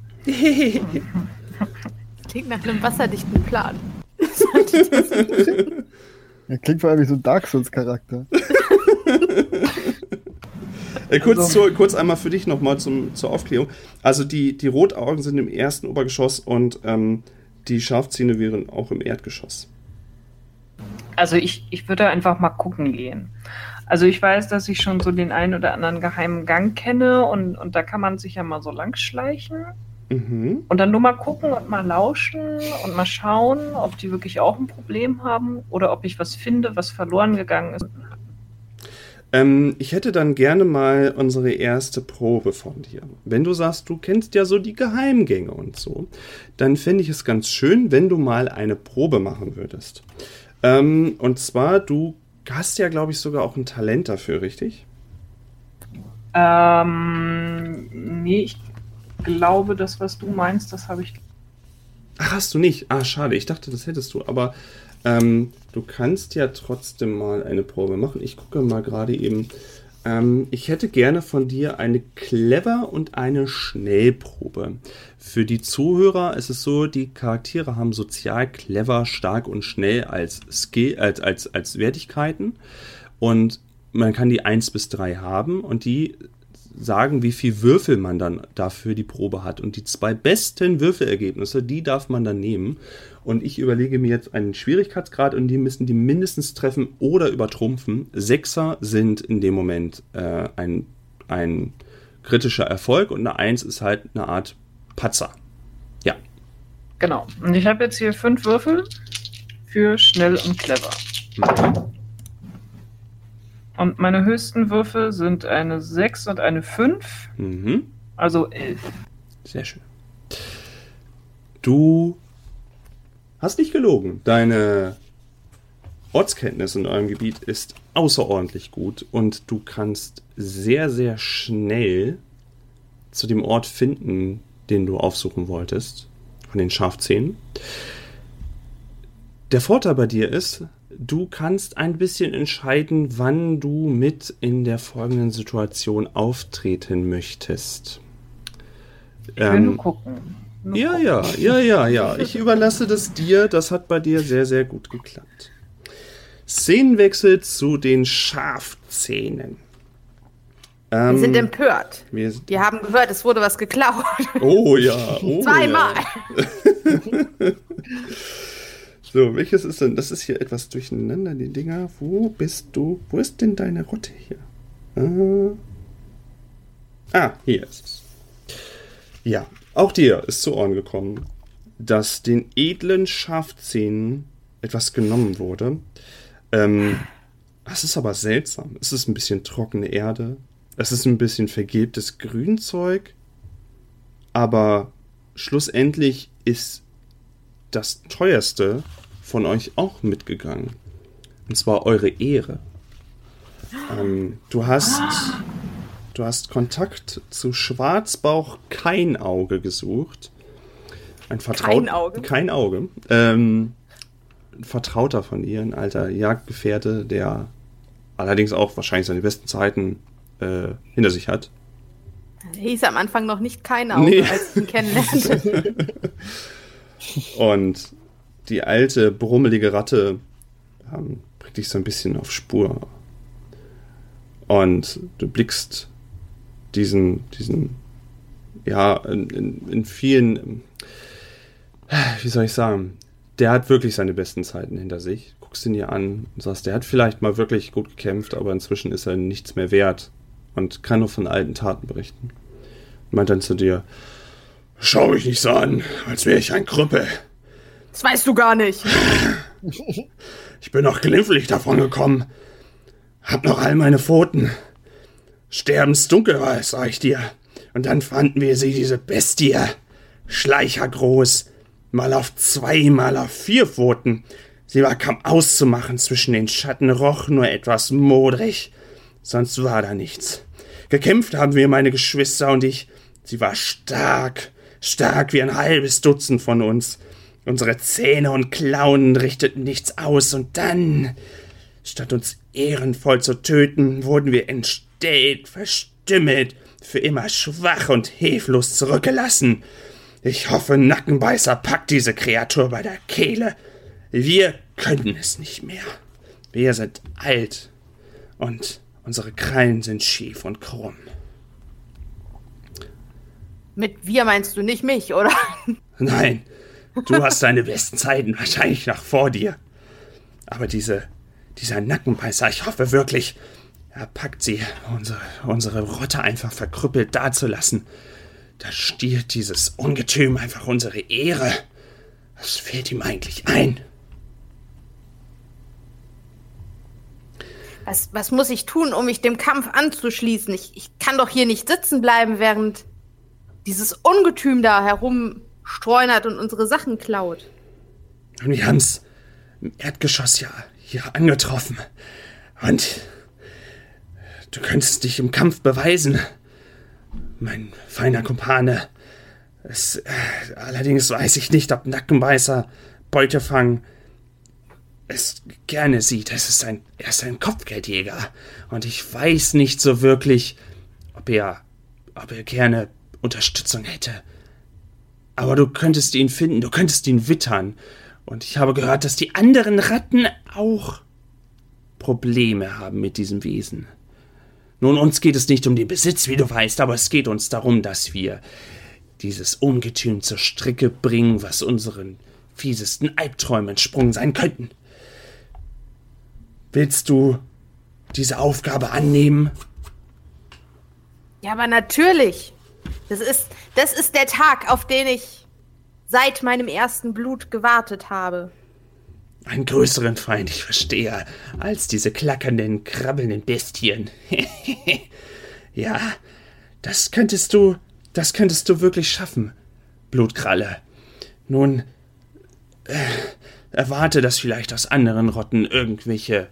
Klingt nach einem wasserdichten Plan. Er klingt vor allem wie so ein Dark Souls-Charakter. Äh, kurz, Also- zu, kurz einmal für dich nochmal zur Aufklärung. Also die, die Rotaugen sind im ersten Obergeschoss und ähm, die Schafzähne wären auch im Erdgeschoss. Also ich, ich würde einfach mal gucken gehen. Also ich weiß, dass ich schon so den einen oder anderen geheimen Gang kenne und, und da kann man sich ja mal so lang schleichen Mhm. und dann nur mal gucken und mal lauschen und mal schauen, ob die wirklich auch ein Problem haben oder ob ich was finde, was verloren gegangen ist. Ähm, ich hätte dann gerne mal unsere erste Probe von dir. Wenn du sagst, du kennst ja so die Geheimgänge und so, dann fände ich es ganz schön, wenn du mal eine Probe machen würdest. Ähm, und zwar, du hast ja, glaube ich, sogar auch ein Talent dafür, richtig? Ähm, nee, ich glaube, das, was du meinst, das habe ich. Ach, hast du nicht? Ah, schade, ich dachte, das hättest du, aber ähm, du kannst ja trotzdem mal eine Probe machen. Ich gucke mal gerade eben. Ähm, ich hätte gerne von dir eine Clever- und eine Schnellprobe. Für die Zuhörer ist es so, die Charaktere haben sozial clever, stark und schnell als Skill, als, als, als Wertigkeiten. Und man kann die eins bis drei haben und die sagen, wie viel Würfel man dann dafür die Probe hat. Und die zwei besten Würfelergebnisse, die darf man dann nehmen. Und ich überlege mir jetzt einen Schwierigkeitsgrad und die müssen die mindestens treffen oder übertrumpfen. Sechser sind in dem Moment äh, ein, ein kritischer Erfolg und eine Eins ist halt eine Art Patzer. Ja. Genau. Und ich habe jetzt hier fünf Würfel für schnell und clever. Mhm. Und meine höchsten Würfel sind eine sechs und eine fünf, Mhm. also elf. Sehr schön. Du hast nicht gelogen. Deine Ortskenntnis in eurem Gebiet ist außerordentlich gut und du kannst sehr, sehr schnell zu dem Ort finden, den du aufsuchen wolltest, von den Schafzähnen. Der Vorteil bei dir ist, du kannst ein bisschen entscheiden, wann du mit in der folgenden Situation auftreten möchtest. Ich will nur gucken. Nur Ja, gucken. ja, ja, ja, ja. Ich überlasse das dir. Das hat bei dir sehr, sehr gut geklappt. Szenenwechsel zu den Schafzähnen. Ähm, Wir sind empört. wir sind, Wir haben gehört, es wurde was geklaut. oh ja, oh Zweimal. Ja. So, welches ist denn? Das ist hier etwas durcheinander, die Dinger. Wo bist du? Wo ist denn deine Rotte hier? Äh, ah, hier ist es. Ja, auch dir ist zu Ohren gekommen, dass den edlen Schafzähnen etwas genommen wurde. Ähm, das ist aber seltsam. Es ist ein bisschen trockene Erde. Es ist ein bisschen vergilbtes Grünzeug. Aber schlussendlich ist das Teuerste von euch auch mitgegangen. Und zwar eure Ehre. Ähm, du hast... Du hast Kontakt zu Schwarzbauch Keinauge gesucht. Ein Vertraut Kein Auge? Kein Auge. Ähm, ein Vertrauter von ihr, ein alter Jagdgefährte, der allerdings auch wahrscheinlich seine besten Zeiten äh, hinter sich hat. Er hieß am Anfang noch nicht kein Auge, Nee. als ich ihn kennenlernte. Und die alte, brummelige Ratte ähm, bringt dich so ein bisschen auf Spur. Und du blickst diesen, diesen, ja, in, in, in vielen, wie soll ich sagen, der hat wirklich seine besten Zeiten hinter sich. Guckst ihn dir an und sagst, der hat vielleicht mal wirklich gut gekämpft, aber inzwischen ist er nichts mehr wert und kann nur von alten Taten berichten. Und meint dann zu dir, schau mich nicht so an, als wäre ich ein Krüppel. Das weißt du gar nicht. Ich bin noch glimpflich davon gekommen. Hab noch all meine Pfoten. Sterbensdunkel war es, sag ich dir. Und dann fanden wir sie, diese Bestie. Schleichergroß. Mal auf zwei, mal auf vier Pfoten. Sie war kaum auszumachen zwischen den Schatten, roch nur etwas modrig. Sonst war da nichts. Gekämpft haben wir, meine Geschwister und ich. Sie war stark, stark wie ein halbes Dutzend von uns. Unsere Zähne und Klauen richteten nichts aus. Und dann, statt uns ehrenvoll zu töten, wurden wir entstellt, verstümmelt, für immer schwach und hilflos zurückgelassen. Ich hoffe, Nackenbeißer packt diese Kreatur bei der Kehle. Wir können es nicht mehr. Wir sind alt und unsere Krallen sind schief und krumm. Mit wir meinst du nicht mich, oder? Nein, du hast deine besten Zeiten wahrscheinlich noch vor dir. Aber diese, dieser Nackenbeißer, ich hoffe wirklich, Er packt sie, unsere, unsere Rotte einfach verkrüppelt dazulassen. Da stiehlt dieses Ungetüm einfach unsere Ehre. Was fällt ihm eigentlich ein? Was, was muss ich tun, um mich dem Kampf anzuschließen? Ich, ich kann doch hier nicht sitzen bleiben, während dieses Ungetüm da herumstreunert und unsere Sachen klaut. Und wir haben es im Erdgeschoss ja hier angetroffen. Und du könntest dich im Kampf beweisen, mein feiner Kumpane. Es, äh, allerdings weiß ich nicht, ob Nackenbeißer Beutefang es gerne sieht. Es ist ein, er ist ein Kopfgeldjäger. Und ich weiß nicht so wirklich, ob er, ob er gerne Unterstützung hätte. Aber du könntest ihn finden, du könntest ihn wittern. Und ich habe gehört, dass die anderen Ratten auch Probleme haben mit diesem Wesen. Nun, uns geht es nicht um den Besitz, wie du weißt, aber es geht uns darum, dass wir dieses Ungetüm zur Strecke bringen, was unseren fiesesten Albträumen entsprungen sein könnten. Willst du diese Aufgabe annehmen? Ja, aber natürlich. Das ist, das ist der Tag, auf den ich seit meinem ersten Blut gewartet habe. Einen größeren Feind, ich verstehe, als diese klackernden, krabbelnden Bestien. Ja, das könntest du, das könntest du wirklich schaffen, Blutkralle. Nun, äh, erwarte, dass vielleicht aus anderen Rotten irgendwelche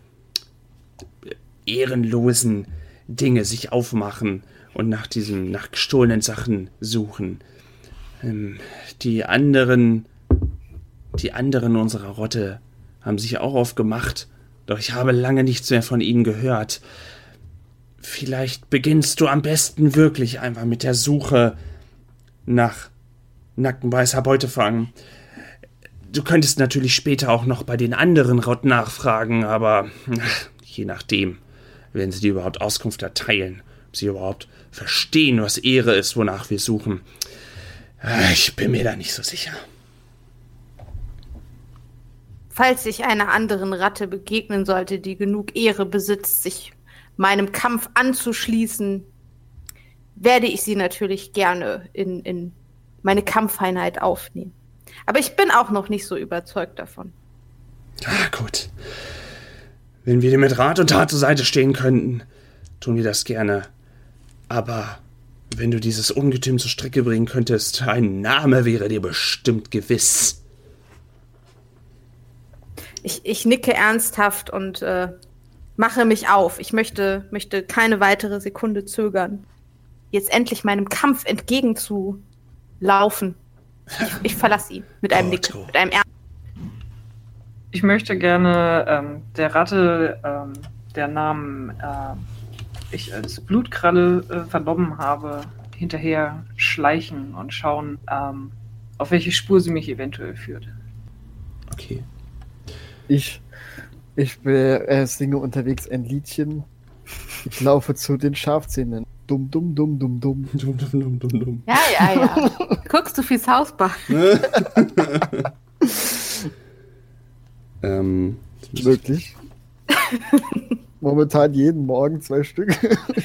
ehrenlosen Dinge sich aufmachen und nach diesen, nach gestohlenen Sachen suchen. Ähm, die anderen, die anderen unserer Rotte haben sich auch aufgemacht, doch ich habe lange nichts mehr von ihnen gehört. Vielleicht beginnst du am besten wirklich einfach mit der Suche nach Nackenbeißer Beutefang. Du könntest natürlich später auch noch bei den anderen Rotten nachfragen, aber ach, je nachdem, wenn sie dir überhaupt Auskunft erteilen, ob sie überhaupt verstehen, was Ehre ist, wonach wir suchen. Ich bin mir da nicht so sicher. Falls ich einer anderen Ratte begegnen sollte, die genug Ehre besitzt, sich meinem Kampf anzuschließen, werde ich sie natürlich gerne in, in meine Kampfeinheit aufnehmen. Aber ich bin auch noch nicht so überzeugt davon. Ah, gut. Wenn wir dir mit Rat und Tat zur Seite stehen könnten, tun wir das gerne. Aber wenn du dieses Ungetüm zur Strecke bringen könntest, ein Name wäre dir bestimmt gewiss. Ich, ich nicke ernsthaft und äh, mache mich auf. Ich möchte, möchte keine weitere Sekunde zögern, jetzt endlich meinem Kampf entgegenzulaufen. Ich, ich verlasse ihn mit einem Nick, mit einem Ernst. Ich möchte gerne ähm, der Ratte, ähm, der Namen äh, ich als Blutkralle äh, vernommen habe, hinterher schleichen und schauen, ähm, auf welche Spur sie mich eventuell führt. Okay. Ich, ich äh, singe unterwegs ein Liedchen. Ich laufe zu den Schafzähnen. Dumm, dumm, dumm, dumm, dumm. Dumm, dumm, dumm, dumm, dumm. Ja, ja, ja. Guckst du viel Hausbach? ähm, Wirklich? Momentan jeden Morgen zwei Stück.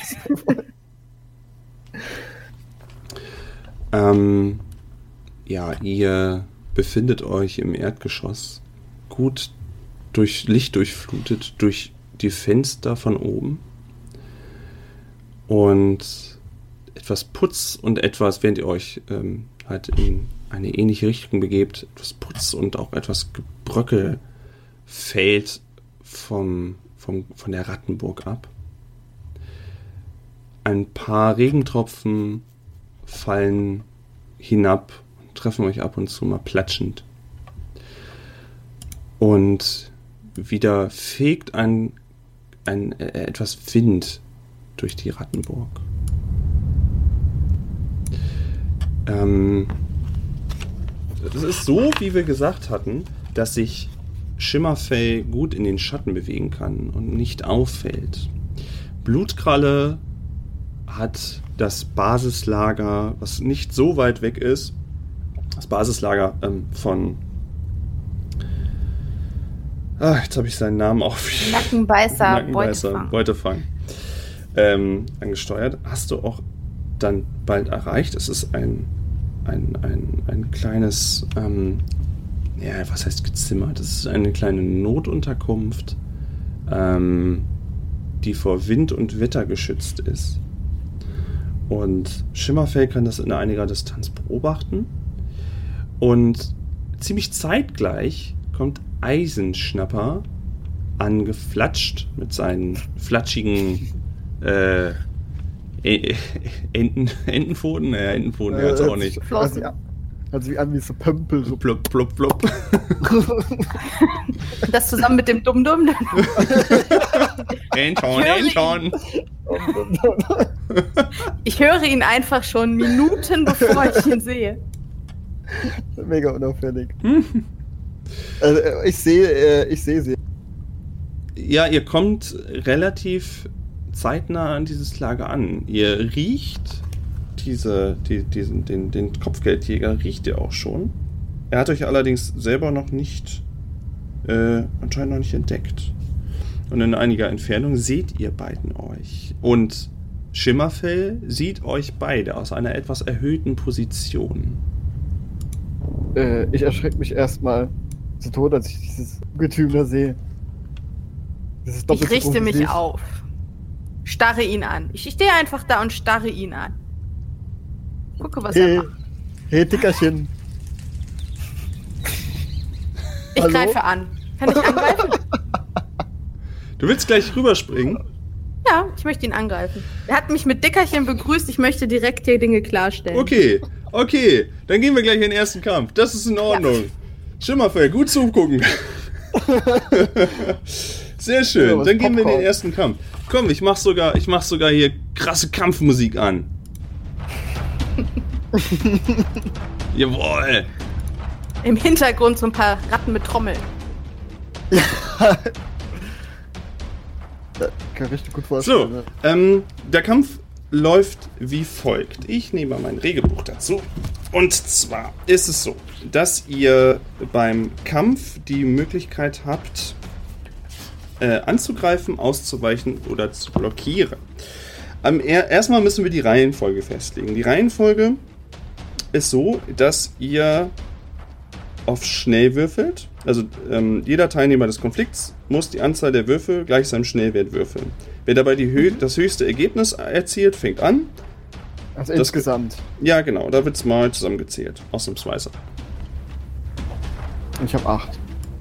ähm, ja, ihr befindet euch im Erdgeschoss, gut durch Licht durchflutet, durch die Fenster von oben. Und etwas Putz und etwas, während ihr euch ähm, halt in eine ähnliche Richtung begebt, etwas Putz und auch etwas Gebröckel fällt vom, vom, von der Rattenburg ab. Ein paar Regentropfen fallen hinab und treffen euch ab und zu mal platschend. Und wieder fegt ein, ein äh, etwas Wind durch die Rattenburg. Ähm, es ist so, wie wir gesagt hatten, dass sich Schimmerfell gut in den Schatten bewegen kann und nicht auffällt. Blutkralle hat das Basislager, was nicht so weit weg ist, das Basislager ähm, von Ah, jetzt habe ich seinen Namen auch wieder. Nackenbeißer, Nackenbeißer Beutefang. Beutefang. ähm, angesteuert. Hast du auch dann bald erreicht. Es ist ein, ein, ein, ein kleines, ähm, ja, was heißt gezimmert? Das ist eine kleine Notunterkunft, ähm, die vor Wind und Wetter geschützt ist. Und Schimmerfell kann das in einiger Distanz beobachten. Und ziemlich zeitgleich kommt Eisenschnapper angeflatscht mit seinen flatschigen äh, Enten, Entenpfoten. Naja, Entenpfoten äh, hört es auch nicht. Hört sich, hört sich an wie so Pömpel. So plopp, plopp, plopp. Das zusammen mit dem Dumm-Dumm. Enton, Enton. Ich höre ihn einfach schon Minuten, bevor ich ihn sehe. Mega unauffällig. Hm. Also, ich sehe, ich sehe sie. Ja, ihr kommt relativ zeitnah an dieses Lager an. Ihr riecht diese, die, diesen, den, den Kopfgeldjäger riecht ihr auch schon. Er hat euch allerdings selber noch nicht, äh, anscheinend noch nicht entdeckt. Und in einiger Entfernung seht ihr beiden euch. Und Schimmerfell sieht euch beide aus einer etwas erhöhten Position. Äh, ich erschrecke mich erstmal zu Tode, als ich dieses Ungetüm da sehe. Ich richte mich auf. Starre ihn an. Ich stehe einfach da und starre ihn an. Gucke, was hey, er macht. Hey, Dickerchen. Ich Hallo? Greife an. Kann ich angreifen? Du willst gleich rüberspringen? Ja, ich möchte ihn angreifen. Er hat mich mit Dickerchen begrüßt. Ich möchte direkt hier Dinge klarstellen. Okay, okay. Dann gehen wir gleich in den ersten Kampf. Das ist in Ordnung. Ja. Schimmerfell, gut zugucken. Sehr schön. Ja, dann gehen wir in den ersten Kampf. Komm, ich mach sogar, ich mach sogar hier krasse Kampfmusik an. Jawohl. Im Hintergrund so ein paar Ratten mit Trommeln. Ja. Kann ich richtig gut vorstellen. So, ne? ähm, der Kampf läuft wie folgt. Ich nehme mal mein Regelbuch dazu. Und zwar ist es so, dass ihr beim Kampf die Möglichkeit habt, äh, anzugreifen, auszuweichen oder zu blockieren. Ähm, er, erstmal müssen wir die Reihenfolge festlegen. Die Reihenfolge ist so, dass ihr auf schnell würfelt. Also ähm, jeder Teilnehmer des Konflikts muss die Anzahl der Würfel gleich seinem Schnellwert würfeln. Wer dabei die Hö- das höchste Ergebnis erzielt, fängt an. Also das insgesamt? Ge- ja, genau. Da wird es mal zusammengezählt. Ausnahmsweise. Ich habe acht.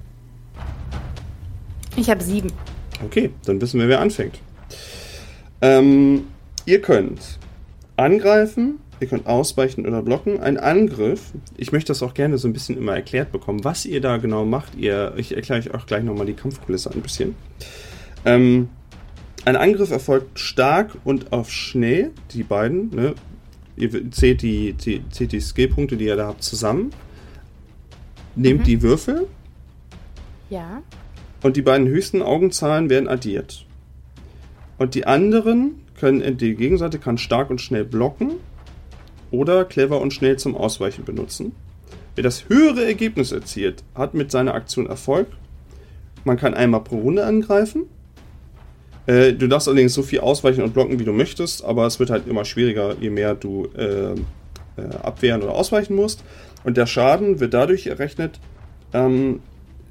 Ich habe sieben. Okay, dann wissen wir, wer anfängt. Ähm, ihr könnt angreifen, ihr könnt ausweichen oder blocken. Ein Angriff, ich möchte das auch gerne so ein bisschen immer erklärt bekommen, was ihr da genau macht. Ihr, ich erkläre euch auch gleich nochmal die Kampfkulisse ein bisschen. Ähm, ein Angriff erfolgt stark und auf schnell, die beiden. Ne? Ihr zählt die, die, zählt die Skillpunkte, die ihr da habt, zusammen. Nehmt mhm. die Würfel. Ja. Und die beiden höchsten Augenzahlen werden addiert. Und die anderen können, die Gegenseite kann stark und schnell blocken oder clever und schnell zum Ausweichen benutzen. Wer das höhere Ergebnis erzielt, hat mit seiner Aktion Erfolg. Man kann einmal pro Runde angreifen. Äh, du darfst allerdings so viel ausweichen und blocken, wie du möchtest, aber es wird halt immer schwieriger, je mehr du äh, äh, abwehren oder ausweichen musst. Und der Schaden wird dadurch errechnet, ähm,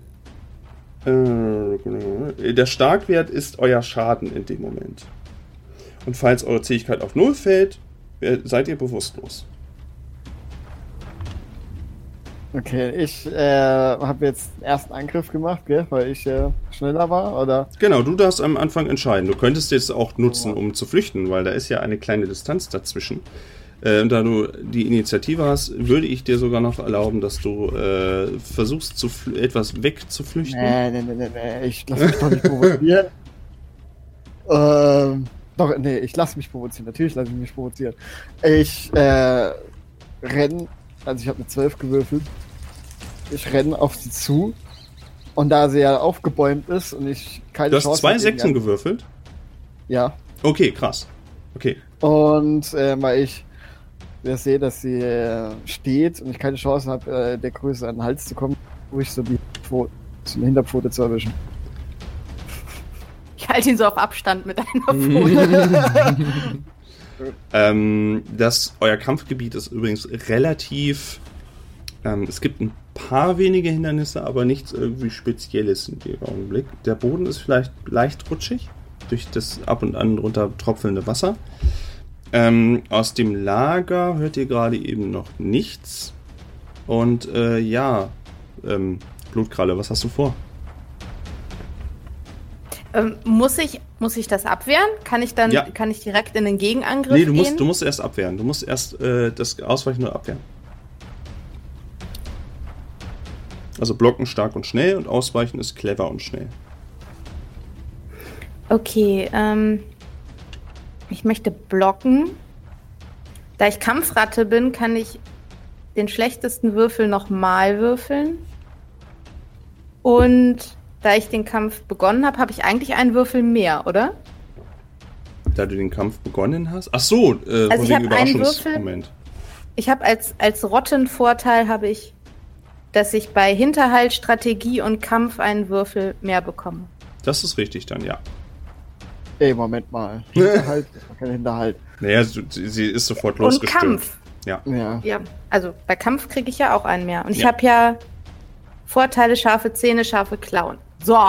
äh, der Starkwert ist euer Schaden in dem Moment. Und falls eure Zähigkeit auf null fällt, seid ihr bewusstlos. Okay, ich äh, habe jetzt den ersten Angriff gemacht, gell, weil ich äh, schneller war, oder? Genau, du darfst am Anfang entscheiden. Du könntest jetzt auch nutzen, um zu flüchten, weil da ist ja eine kleine Distanz dazwischen. Äh, und da du die Initiative hast, würde ich dir sogar noch erlauben, dass du äh, versuchst, zu fl- etwas wegzuflüchten. Nee, nee, nee, nee, nee. Ich lass mich doch nicht provozieren. ähm, doch, nee, ich lass mich provozieren. Natürlich lasse ich mich provozieren. Ich äh, renn, also ich habe eine zwölf gewürfelt. Ich renne auf sie zu. Und da sie ja aufgebäumt ist und ich keine Chance habe. Du hast zwei Sechsen gewürfelt? Ja. Okay, krass. Okay. Und äh, weil ich ich sehe, dass sie äh, steht und ich keine Chance habe, äh, der Größe an den Hals zu kommen, wo ich so die Pfote, so eine Hinterpfote zu erwischen. Ja, halte ihn so auf Abstand mit einer Folie. ähm, das, euer Kampfgebiet ist übrigens relativ... Ähm, es gibt ein paar wenige Hindernisse, aber nichts irgendwie Spezielles in dem Augenblick. Der Boden ist vielleicht leicht rutschig durch das ab und an runter tropfelnde Wasser. Ähm, aus dem Lager hört ihr gerade eben noch nichts. Und äh, ja, ähm, Blutkralle, was hast du vor? Ähm, muss ich, muss ich das abwehren? Kann ich dann, Ja. kann ich direkt in den Gegenangriff Nee, du gehen? musst, du musst erst abwehren. Du musst erst äh, das Ausweichen nur abwehren. Also blocken stark und schnell und ausweichen ist clever und schnell. Okay, ähm, ich möchte blocken. Da ich Kampfratte bin, kann ich den schlechtesten Würfel nochmal würfeln. Und da ich den Kampf begonnen habe, habe ich eigentlich einen Würfel mehr, oder? Da du den Kampf begonnen hast? Ach so, äh, Also ich von wegen hab einen Überraschungsmoment. Ich habe als, als Rottenvorteil habe ich, dass ich bei Hinterhalt, Strategie und Kampf einen Würfel mehr bekomme. Das ist richtig dann, ja. Ey, Moment mal. Hinterhalt, kein Hinterhalt. Naja, sie, sie ist sofort Und losgestürmt. Kampf. Ja. Ja. Ja, also bei Kampf kriege ich ja auch einen mehr. Und ich Ja. habe ja Vorteile, scharfe Zähne, scharfe Klauen. So.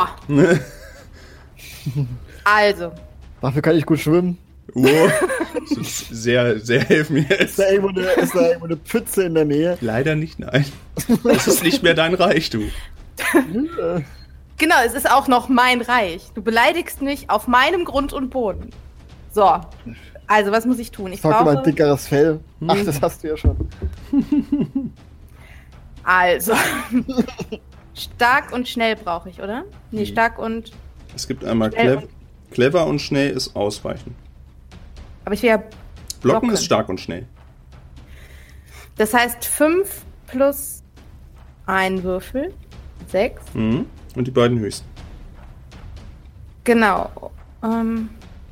Also. Dafür kann ich gut schwimmen. Oh, das ist sehr, sehr helfen mir Ist jetzt. da irgendwo eine, ist da irgendwo eine Pfütze in der Nähe? Leider nicht, nein. Das ist nicht mehr dein Reich, du. Äh, Genau, es ist auch noch mein Reich. Du beleidigst mich auf meinem Grund und Boden. So. Also, was muss ich tun? Ich Sag mal ein brauche... dickeres Fell. Ach, das hast du ja schon. Also. Stark und schnell brauche ich, oder? Nee, stark und... Es gibt einmal Schnell clev clever und schnell ist ausweichen. Aber ich will ja Blocken, Blocken. ist stark und schnell. Das heißt fünf plus ein Würfel. sechs. Mhm. Und die beiden höchsten. Genau. Ähm,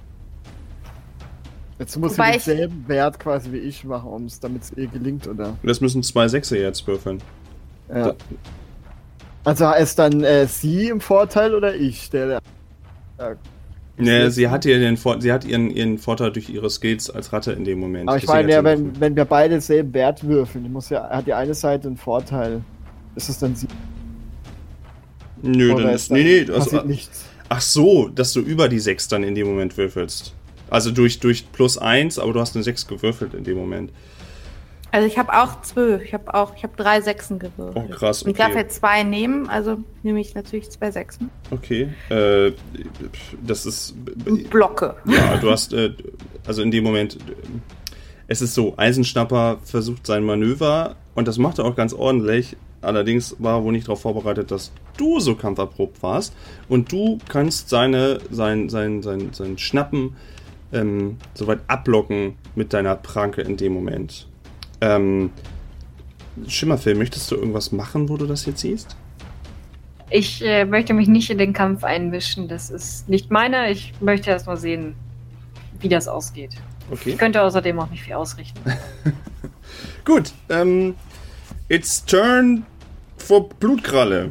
Jetzt muss Wobei sie ich- denselben Wert quasi wie ich machen, um es damit es ihr gelingt, oder? Das müssen zwei Sechser jetzt würfeln. Ja. Also ist dann äh, sie im Vorteil oder ich? Der, der ja. Nee, sie hat ja den Vor sie hat ihren, ihren Vorteil durch ihre Skills als Ratte in dem Moment. Aber ich Deswegen meine ja, hat sie wenn, würfeln. wenn wir beide denselben Wert würfeln, die muss ja, hat die eine Seite einen Vorteil. Ist es dann sie? Nö, Oder dann ist ist. Nee, nee, also, passiert nichts. ach so, dass du über die sechs dann in dem Moment würfelst. Also durch, durch plus eins, aber du hast eine sechs gewürfelt in dem Moment. also ich habe auch zwölf. Ich habe auch, ich habe drei Sechsen gewürfelt. Oh, krass, Und ich darf okay. jetzt zwei nehmen, also nehme ich natürlich zwei Sechsen. Okay. Äh, das ist. Und blocke. Ja, du hast. Äh, also in dem Moment. Es ist so, Eisenschnapper versucht sein Manöver und das macht er auch ganz ordentlich. Allerdings war er wohl nicht darauf vorbereitet, dass du so kampferprobt warst. Und du kannst seine, sein, sein, sein, sein Schnappen ähm, soweit ablocken mit deiner Pranke in dem Moment. Ähm, Schimmerfilm, möchtest du irgendwas machen, wo du das jetzt siehst? Ich äh, möchte mich nicht in den Kampf einmischen. Das ist nicht meiner. Ich möchte erst mal sehen, wie das ausgeht. Okay. Ich könnte außerdem auch nicht viel ausrichten. Gut, ähm, it's turn for Blutkralle.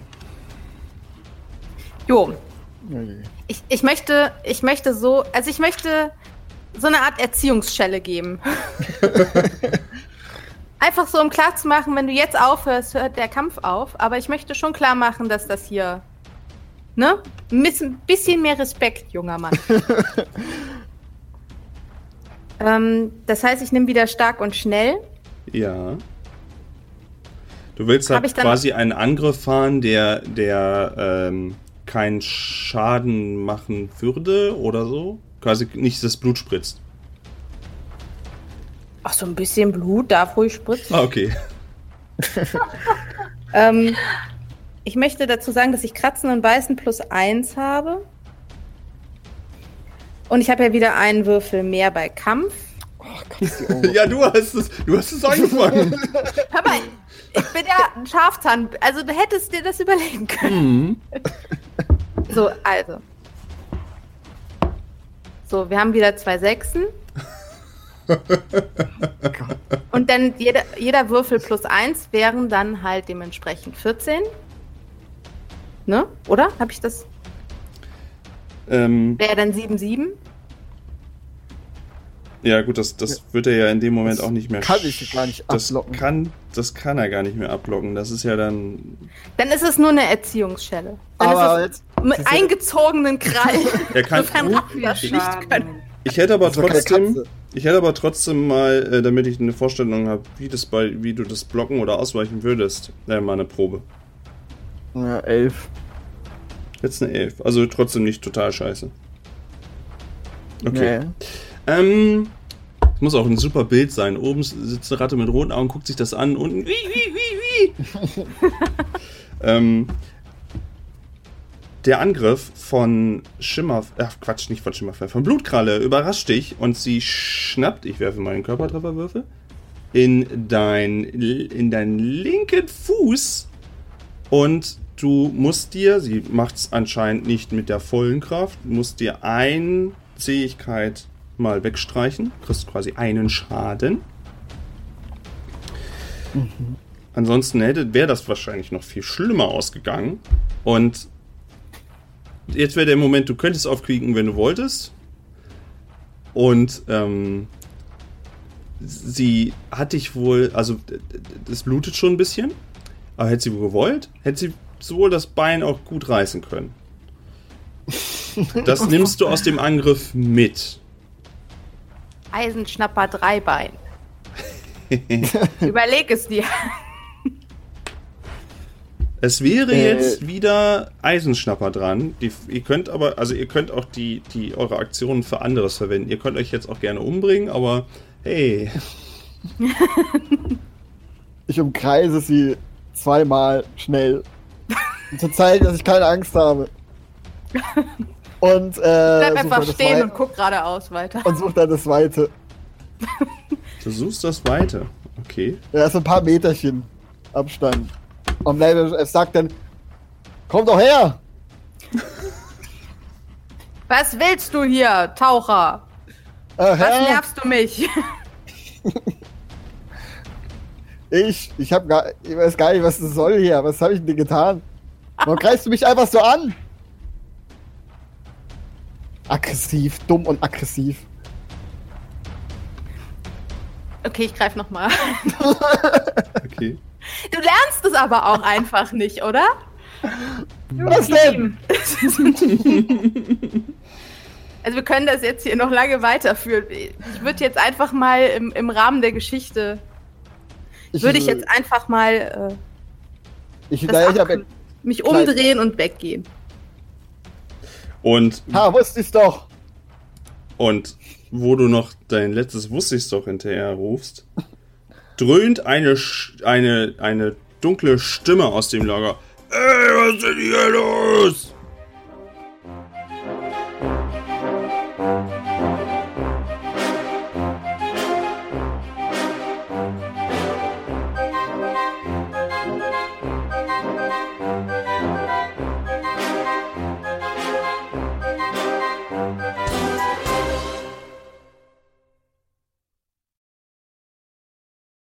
Jo. Okay. Ich, ich möchte, ich möchte so, also ich möchte so eine Art Erziehungsschelle geben. Einfach so, um klar zu machen, wenn du jetzt aufhörst, hört der Kampf auf. Aber ich möchte schon klar machen, dass das hier, ne? Ein bisschen- bisschen mehr Respekt, junger Mann. ähm, das heißt, ich nehme wieder stark und schnell. Ja. Du willst Hab halt ich dann- quasi einen Angriff fahren, der, der ähm, keinen Schaden machen würde oder so? Quasi nicht das Blut spritzt. Ach, so ein bisschen Blut darf ruhig spritzen. Ah, okay. Ähm, ich möchte dazu sagen, dass ich Kratzen und Beißen plus eins habe. Und ich habe ja wieder einen Würfel mehr bei Kampf. Ach, kannst du auch. Ja, du hast es, du hast es angefangen. Hör mal, ich bin ja ein Schafzahn. Also du hättest dir das überlegen können. Mhm. So, also. So, wir haben wieder zwei Sechsen. Und dann jeder, jeder Würfel plus eins wären dann halt dementsprechend vierzehn. Ne? Oder? Habe ich das? Ähm, Wäre dann sieben sieben? ja gut, das, das wird er ja in dem Moment Das auch nicht mehr... kann ich gar nicht das ablocken. kann, das kann er gar nicht mehr ablocken. Das ist ja dann... Dann ist es nur eine Erziehungsschelle. Dann Aber ist jetzt, es mit das ist ja- eingezogenen Krallen. Er kann, Sofern Ratten das nicht Schaden. können. ich hätte aber das ist doch keine trotzdem... Katze. Ich hätte aber trotzdem mal, äh, damit ich eine Vorstellung habe, wie, das bei, wie du das blocken oder ausweichen würdest, äh, mal eine Probe. Ja, elf. Jetzt eine elf. Also trotzdem nicht total scheiße. Okay. Nee. Ähm, es muss auch ein super Bild sein. Oben sitzt eine Ratte mit roten Augen, guckt sich das an. Unten, wie, wie, wie, wie. ähm, der Angriff von Schimmer... Ach, Quatsch, nicht von Schimmerfell. Von Blutkralle überrascht dich und sie schnappt... Ich werfe mal einen Körpertrefferwürfel. In dein, in deinen linken Fuß. Und du musst dir... Sie macht es anscheinend nicht mit der vollen Kraft. Du musst dir eine Zähigkeit mal wegstreichen. Du kriegst quasi einen Schaden. Mhm. Ansonsten hätte, wäre das wahrscheinlich noch viel schlimmer ausgegangen. Und jetzt wäre der Moment, du könntest aufkriegen, wenn du wolltest. Und ähm, sie hat dich wohl, also das blutet schon ein bisschen, aber hätte sie wohl gewollt, hätte sie sowohl das Bein auch gut reißen können. Das nimmst du aus dem Angriff mit. Eisenschnapper Dreibein. Überleg es dir. Es wäre Äh. jetzt wieder Eisenschnapper dran. Die, ihr könnt aber, also ihr könnt auch die, die eure Aktionen für anderes verwenden. Ihr könnt euch jetzt auch gerne umbringen, aber hey. Ich umkreise sie zweimal schnell. Um zu zeigen, dass ich keine Angst habe. Und, äh, Bleib such einfach dann das stehen Wei- und guck geradeaus weiter. und such dann das Weite. Du suchst das weiter. Okay. Ja, ist ein paar Meterchen Abstand. Und es sagt dann, komm doch her! Was willst du hier, Taucher? Äh, Was hä? nervst du mich? Ich, ich hab gar, ich weiß gar nicht, was das soll hier. Was habe ich denn dir getan? Warum greifst du mich einfach so an? Aggressiv, dumm und aggressiv. Okay, ich greif nochmal. Okay. Du lernst es aber auch einfach nicht, oder? Was denn? Also wir können das jetzt hier noch lange weiterführen. Ich würde jetzt einfach mal im, im Rahmen der Geschichte, würde ich jetzt einfach mal äh, Ich, das na, ich hab, ab- mich umdrehen und weggehen. Und, ha, wusste ich's doch. und wo du noch dein letztes Wusste ich's doch hinterher rufst, dröhnt eine, Sch- eine, eine dunkle Stimme aus dem Lager. Ey, was ist denn hier los?